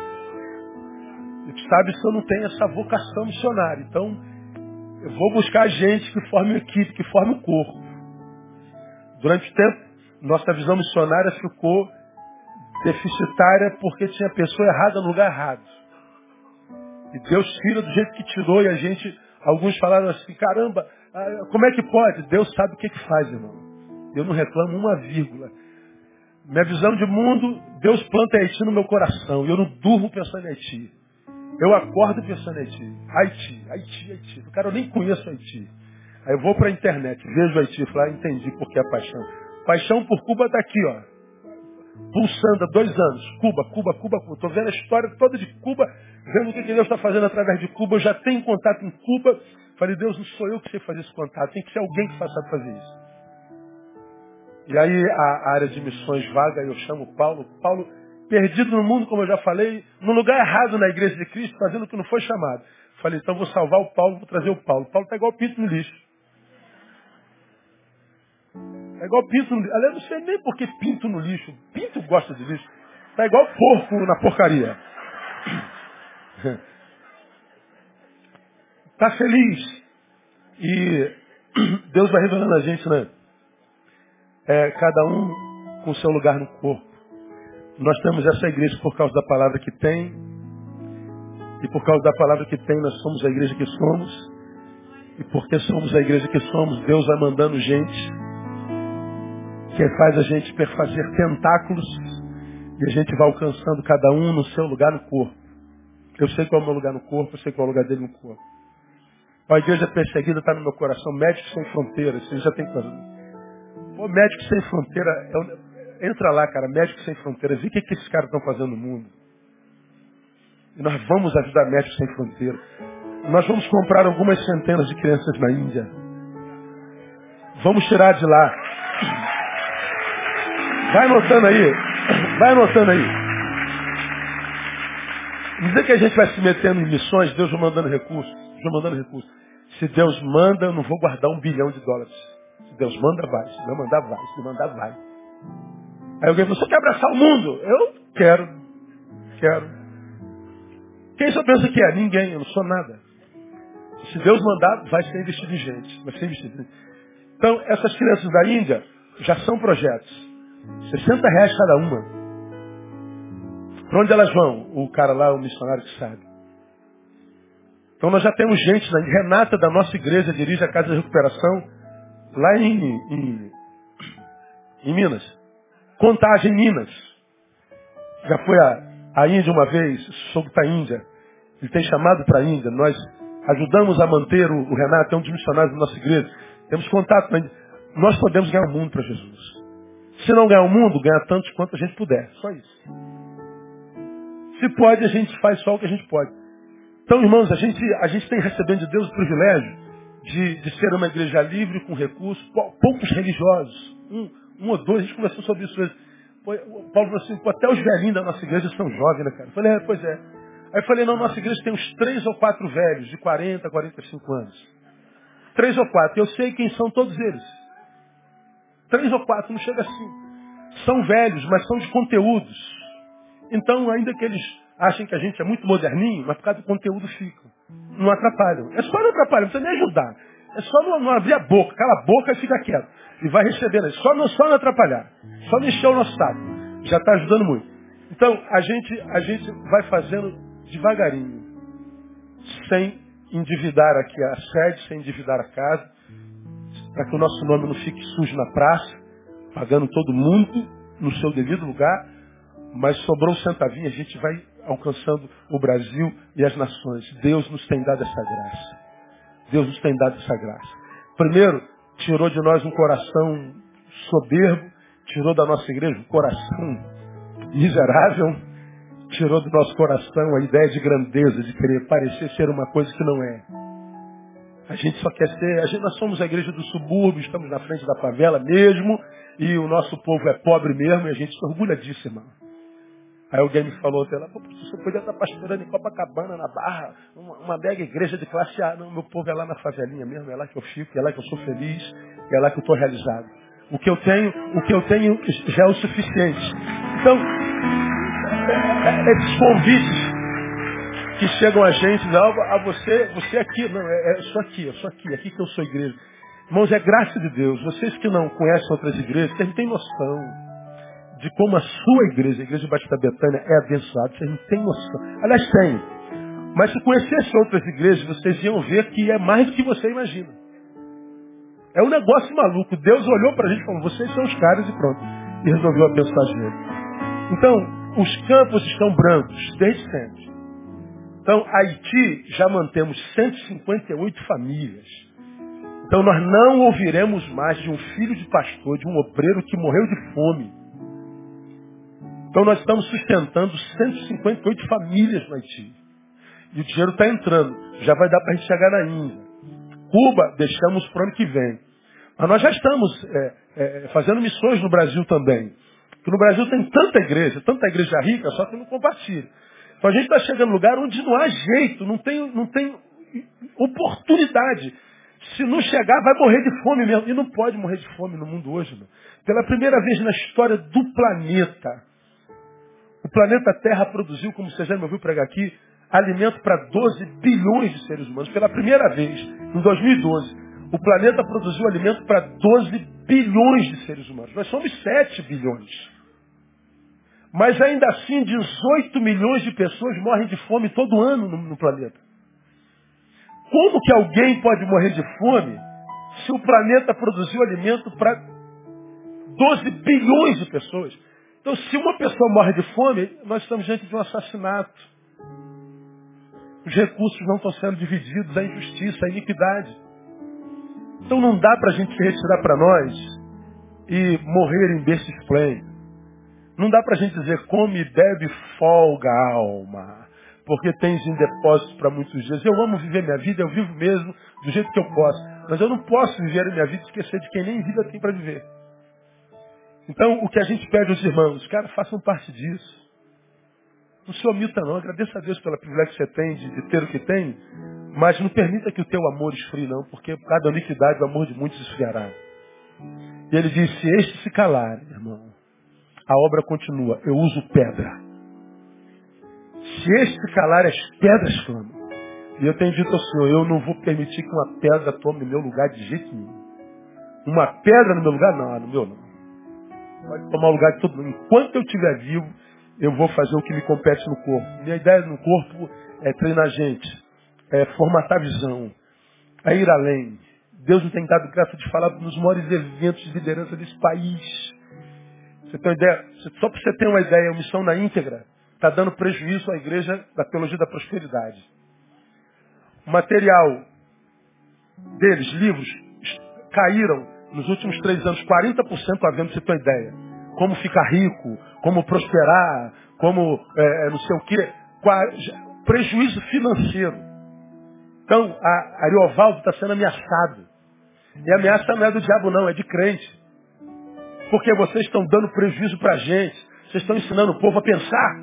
E tu sabe se eu não tenho essa vocação missionária. Então, eu vou buscar gente que forme uma equipe, que forme um corpo. Durante o tempo, nossa visão missionária ficou deficitária porque tinha a pessoa errada no lugar errado. E Deus tira do jeito que tirou e a gente, alguns falaram assim, caramba, Ah, como é que pode? Deus sabe o que, que faz, irmão. Eu não reclamo uma vírgula. Minha visão de mundo, Deus planta Haiti no meu coração. E eu não durmo pensando em Haiti. Eu acordo pensando em Haiti. Haiti, Haiti, Haiti. Cara, eu nem conheço Haiti. Aí eu vou para a internet, vejo Haiti e falo, ah, entendi por que a paixão. Paixão por Cuba está aqui, ó. Pulsando há dois anos. Cuba, Cuba, Cuba, Cuba. Estou vendo a história toda de Cuba, vendo o que Deus está fazendo através de Cuba. Eu já tenho contato em Cuba. Falei, Deus, não sou eu que sei fazer esse contato. Tem que ser alguém que faça fazer isso. E aí a área de missões vaga, eu chamo Paulo. Paulo, perdido no mundo, como eu já falei, no lugar errado na igreja de Cristo, fazendo o que não foi chamado. Falei, então vou salvar o Paulo, vou trazer o Paulo. O Paulo está igual pinto no lixo. É igual pinto no lixo. Aliás, eu não sei nem por que pinto no lixo. Pinto gosta de lixo. Está igual porco na porcaria. Está feliz. E Deus vai revelando a gente, né? É, cada um com seu lugar no corpo. Nós temos essa igreja por causa da palavra que tem. E por causa da palavra que tem, nós somos a igreja que somos. E porque somos a igreja que somos, Deus vai mandando gente que faz a gente perfazer tentáculos e a gente vai alcançando cada um no seu lugar no corpo. Eu sei qual é o meu lugar no corpo, eu sei qual é o lugar dele no corpo. A igreja perseguida está no meu coração. Médicos Sem Fronteiras, você já tem coisa. Pô, Médicos Sem Fronteira, é um... entra lá, cara, Médicos Sem Fronteiras, e o que, que esses caras estão fazendo no mundo? E nós vamos ajudar Médicos Sem Fronteiras. Nós vamos comprar algumas centenas de crianças na Índia. Vamos tirar de lá. Vai anotando aí. Vai anotando aí. Dizer que a gente vai se metendo em missões, Deus vai mandando recursos. Deus vai mandando recursos. Se Deus manda, eu não vou guardar um bilhão de dólares. Se Deus manda, vai. Se não mandar, vai. Se mandar, vai. Aí alguém falou, você quer abraçar o mundo? Eu quero. Quero. Quem só pensa que é? Ninguém. Eu não sou nada. Se Deus mandar, vai ser investido em gente. Vai ser investido em gente. Então, essas crianças da Índia já são projetos. sessenta reais cada uma. Para onde elas vão? O cara lá, o missionário que sabe. Então nós já temos gente, né? Renata da nossa igreja dirige a Casa de Recuperação lá em, em, em Minas. Contagem, Minas. Já foi a, a Índia uma vez, soube para a Índia. Ele tem chamado para a Índia. Nós ajudamos a manter o, o Renato, é um dos missionários da nossa igreja. Temos contato com a Índia. Nós podemos ganhar o mundo para Jesus. Se não ganhar o mundo, ganhar tantos quanto a gente puder. Só isso. Se pode, a gente faz só o que a gente pode. Então, irmãos, a gente, a gente tem recebendo de Deus o privilégio de, de ser uma igreja livre, com recursos, poucos religiosos. Um, um ou dois, a gente conversou sobre isso hoje. O Paulo falou assim, até os velhinhos da nossa igreja são jovens, né, cara? Eu falei, é, pois é. Aí eu falei, não, nossa igreja tem uns três ou quatro velhos, de quarenta, quarenta e cinco anos. Três ou quatro. Eu sei quem são todos eles. Três ou quatro, não chega assim. São velhos, mas são de conteúdos. Então, ainda que eles achem que a gente é muito moderninho, mas por causa do conteúdo ficam. Não atrapalham. É só não atrapalhar, não precisa nem ajudar. É só não, não abrir a boca. Cala a boca e fica quieto. E vai recebendo. Só não, só não atrapalhar. Só não encher o nosso saco. Já está ajudando muito. Então, a gente, a gente vai fazendo devagarinho. Sem endividar aqui a sede, sem endividar a casa. Para que o nosso nome não fique sujo na praça. Pagando todo mundo no seu devido lugar. Mas sobrou um centavinho, a gente vai alcançando o Brasil e as nações. Deus nos tem dado essa graça. Deus nos tem dado essa graça. Primeiro, tirou de nós um coração soberbo, tirou da nossa igreja um coração miserável, tirou do nosso coração a ideia de grandeza, de querer parecer ser uma coisa que não é. A gente só quer ser, a gente, nós somos a igreja do subúrbio, estamos na frente da favela mesmo, e o nosso povo é pobre mesmo, e a gente se orgulha disso, irmão. Aí alguém me falou até lá, pô, você podia estar pastorando em Copacabana, na Barra, uma, uma mega igreja de classe A. Não, meu povo é lá na favelinha mesmo, é lá que eu fico, é lá que eu sou feliz, é lá que eu estou realizado. O que eu tenho, o que eu tenho já é o suficiente. Então, esses convites que chegam a gente, não, a você, você aqui, não, é, é só aqui, é só aqui, aqui que eu sou igreja. Irmãos, é graça de Deus. Vocês que não conhecem outras igrejas, vocês não têm noção de como a sua igreja, a Igreja Batista Betânia, é abençoada. Vocês não têm noção. Aliás, tem. Mas se conhecessem outras igrejas, vocês iam ver que é mais do que você imagina. É um negócio maluco. Deus olhou para a gente e falou, vocês são os caras e pronto. E resolveu abençoar a gente. Então, os campos estão brancos desde sempre. Então, Haiti já mantemos cento e cinquenta e oito famílias. Então, nós não ouviremos mais de um filho de pastor, de um obreiro que morreu de fome. Então, nós estamos sustentando cento e cinquenta e oito famílias no Haiti. E o dinheiro está entrando. Já vai dar para a gente chegar na Índia. Cuba, deixamos para o ano que vem. Mas nós já estamos é, é, fazendo missões no Brasil também. Porque no Brasil tem tanta igreja, tanta igreja rica, só que não compartilha. Então a gente está chegando num lugar onde não há jeito, não tem, não tem oportunidade. Se não chegar, vai morrer de fome mesmo. E não pode morrer de fome no mundo hoje. Não. Pela primeira vez na história do planeta, o planeta Terra produziu, como você já me ouviu pregar aqui, alimento para doze bilhões de seres humanos. Pela primeira vez, em dois mil e doze, o planeta produziu alimento para doze bilhões de seres humanos. Nós somos sete bilhões. Mas ainda assim, dezoito milhões de pessoas morrem de fome todo ano no, no planeta. Como que alguém pode morrer de fome se o planeta produziu alimento para doze bilhões de pessoas? Então, se uma pessoa morre de fome, nós estamos diante de um assassinato. Os recursos não estão sendo divididos, a injustiça, a iniquidade. Então não dá para a gente se retirar para nós e morrer em berço esplêndido. Não dá para a gente dizer, come, bebe, folga a alma, porque tens em depósito para muitos dias. Eu amo viver minha vida, eu vivo mesmo do jeito que eu posso. Mas eu não posso viver a minha vida e esquecer de quem nem vida tem para viver. Então o que a gente pede aos irmãos, cara, façam parte disso. Não se omita não, agradeça a Deus pelo privilégio que você tem de, de ter o que tem, mas não permita que o teu amor esfrie não, porque por causa da iniquidade o amor de muitos esfriará. E ele diz, se este se calar, irmão, a obra continua, eu uso pedra. Se este se calar, as pedras clamam. E eu tenho dito ao Senhor, eu não vou permitir que uma pedra tome meu lugar de jeito nenhum. Uma pedra no meu lugar? Não, no meu não. Pode tomar o lugar de todo mundo. Enquanto eu estiver vivo, eu vou fazer o que me compete no corpo. Minha ideia no corpo é treinar gente, é formatar visão, é ir além. Deus não tem dado graça de falar nos maiores eventos de liderança desse país. Você tem uma ideia? Só para você ter uma ideia, a missão na íntegra está dando prejuízo à igreja da teologia da prosperidade. O material deles, livros, caíram nos últimos três anos, quarenta por cento a venda, você tem uma ideia. Como ficar rico, como prosperar, como é, não sei o quê. Prejuízo financeiro. Então, a Ariovaldo está sendo ameaçado. E a ameaça não é do diabo não, é de crente. Porque vocês estão dando prejuízo para a gente. Vocês estão ensinando o povo a pensar.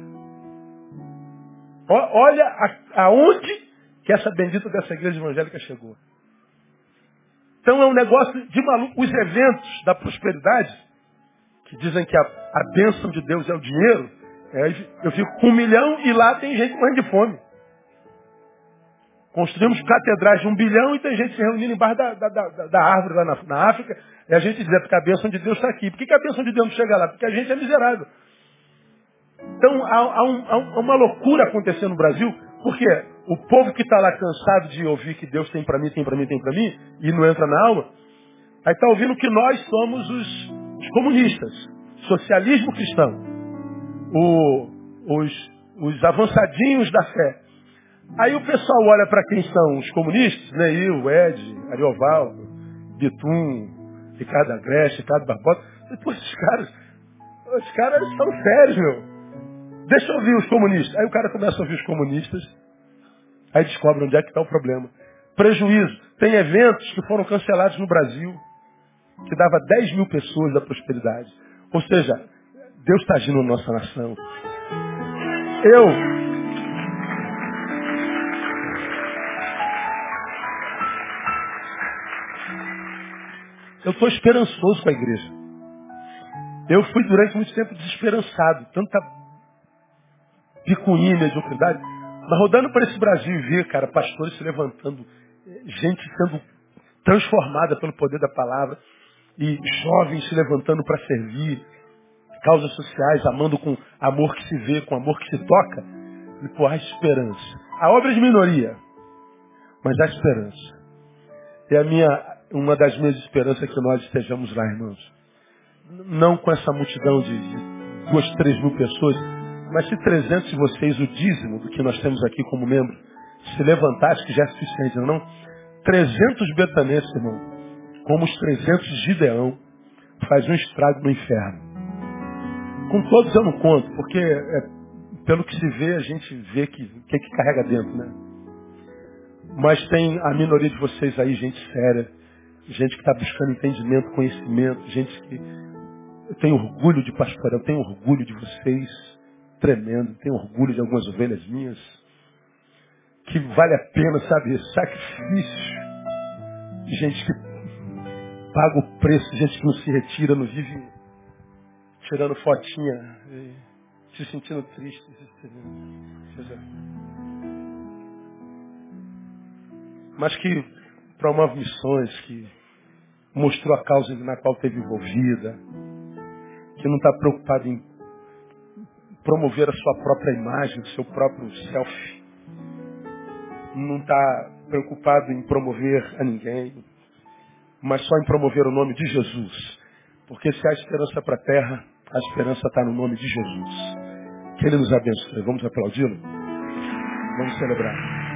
Olha a, aonde que essa bendita dessa igreja evangélica chegou. Então é um negócio de maluco. Os eventos da prosperidade, que dizem que a, a bênção de Deus é o dinheiro, é, eu fico com um milhão e lá tem gente morrendo de fome. Construímos catedrais de um bilhão e tem gente se reunindo embaixo da, da, da, da árvore lá na, na África. E a gente diz que a bênção de Deus está aqui. Por que, que a bênção de Deus não chega lá? Porque a gente é miserável. Então há, há, um, há uma loucura acontecendo no Brasil. Porque o povo que está lá cansado de ouvir que Deus tem para mim, tem para mim, tem para mim, e não entra na alma, aí está ouvindo que nós somos os, os comunistas. Socialismo cristão. O, os, os avançadinhos da fé. Aí o pessoal olha para quem são os comunistas, né? Eu, Ed, Ariovaldo, Bitum, Ricardo Agreste, Ricardo Barbosa. Depois os caras, os caras são sérios, meu. Deixa eu ouvir os comunistas. Aí o cara começa a ouvir os comunistas, aí descobre onde é que está o problema. Prejuízo. Tem eventos que foram cancelados no Brasil, que dava dez mil pessoas da prosperidade. Ou seja, Deus está agindo na nossa nação. Eu... Eu estou esperançoso com a igreja. Eu fui durante muito tempo desesperançado. Tanta picuinha, mediocridade. Mas rodando por esse Brasil e ver, cara, pastores se levantando, gente sendo transformada pelo poder da palavra, e jovens se levantando para servir, causas sociais, amando com amor que se vê, com amor que se toca. E, pô, há esperança. A obra é de minoria, mas há esperança. E a minha... Uma das minhas esperanças é que nós estejamos lá, irmãos. Não com essa multidão de, de duas, três mil pessoas, mas se trezentos de vocês, o dízimo do que nós temos aqui como membro, se levantar, acho que já é suficiente, não? trezentos betanenses, irmão, como os trezentos de Gideão, faz um estrago no inferno. Com todos eu não conto, porque é, pelo que se vê, a gente vê que que, que carrega dentro, né? Mas tem a minoria de vocês aí, gente séria, gente que está buscando entendimento, conhecimento, gente que... Eu tenho orgulho de pastorear, eu tenho orgulho de vocês, tremendo, tenho orgulho de algumas ovelhas minhas, que vale a pena, sabe, sacrifício, de gente que paga o preço, gente que não se retira, não vive tirando fotinha, se sentindo triste. Mas que promove missões, que mostrou a causa na qual esteve envolvida, que não está preocupado em promover a sua própria imagem, o seu próprio selfie, não está preocupado em promover a ninguém, mas só em promover o nome de Jesus. Porque se há esperança para a terra, a esperança está no nome de Jesus. Que Ele nos abençoe. Vamos aplaudi-lo? Vamos celebrar.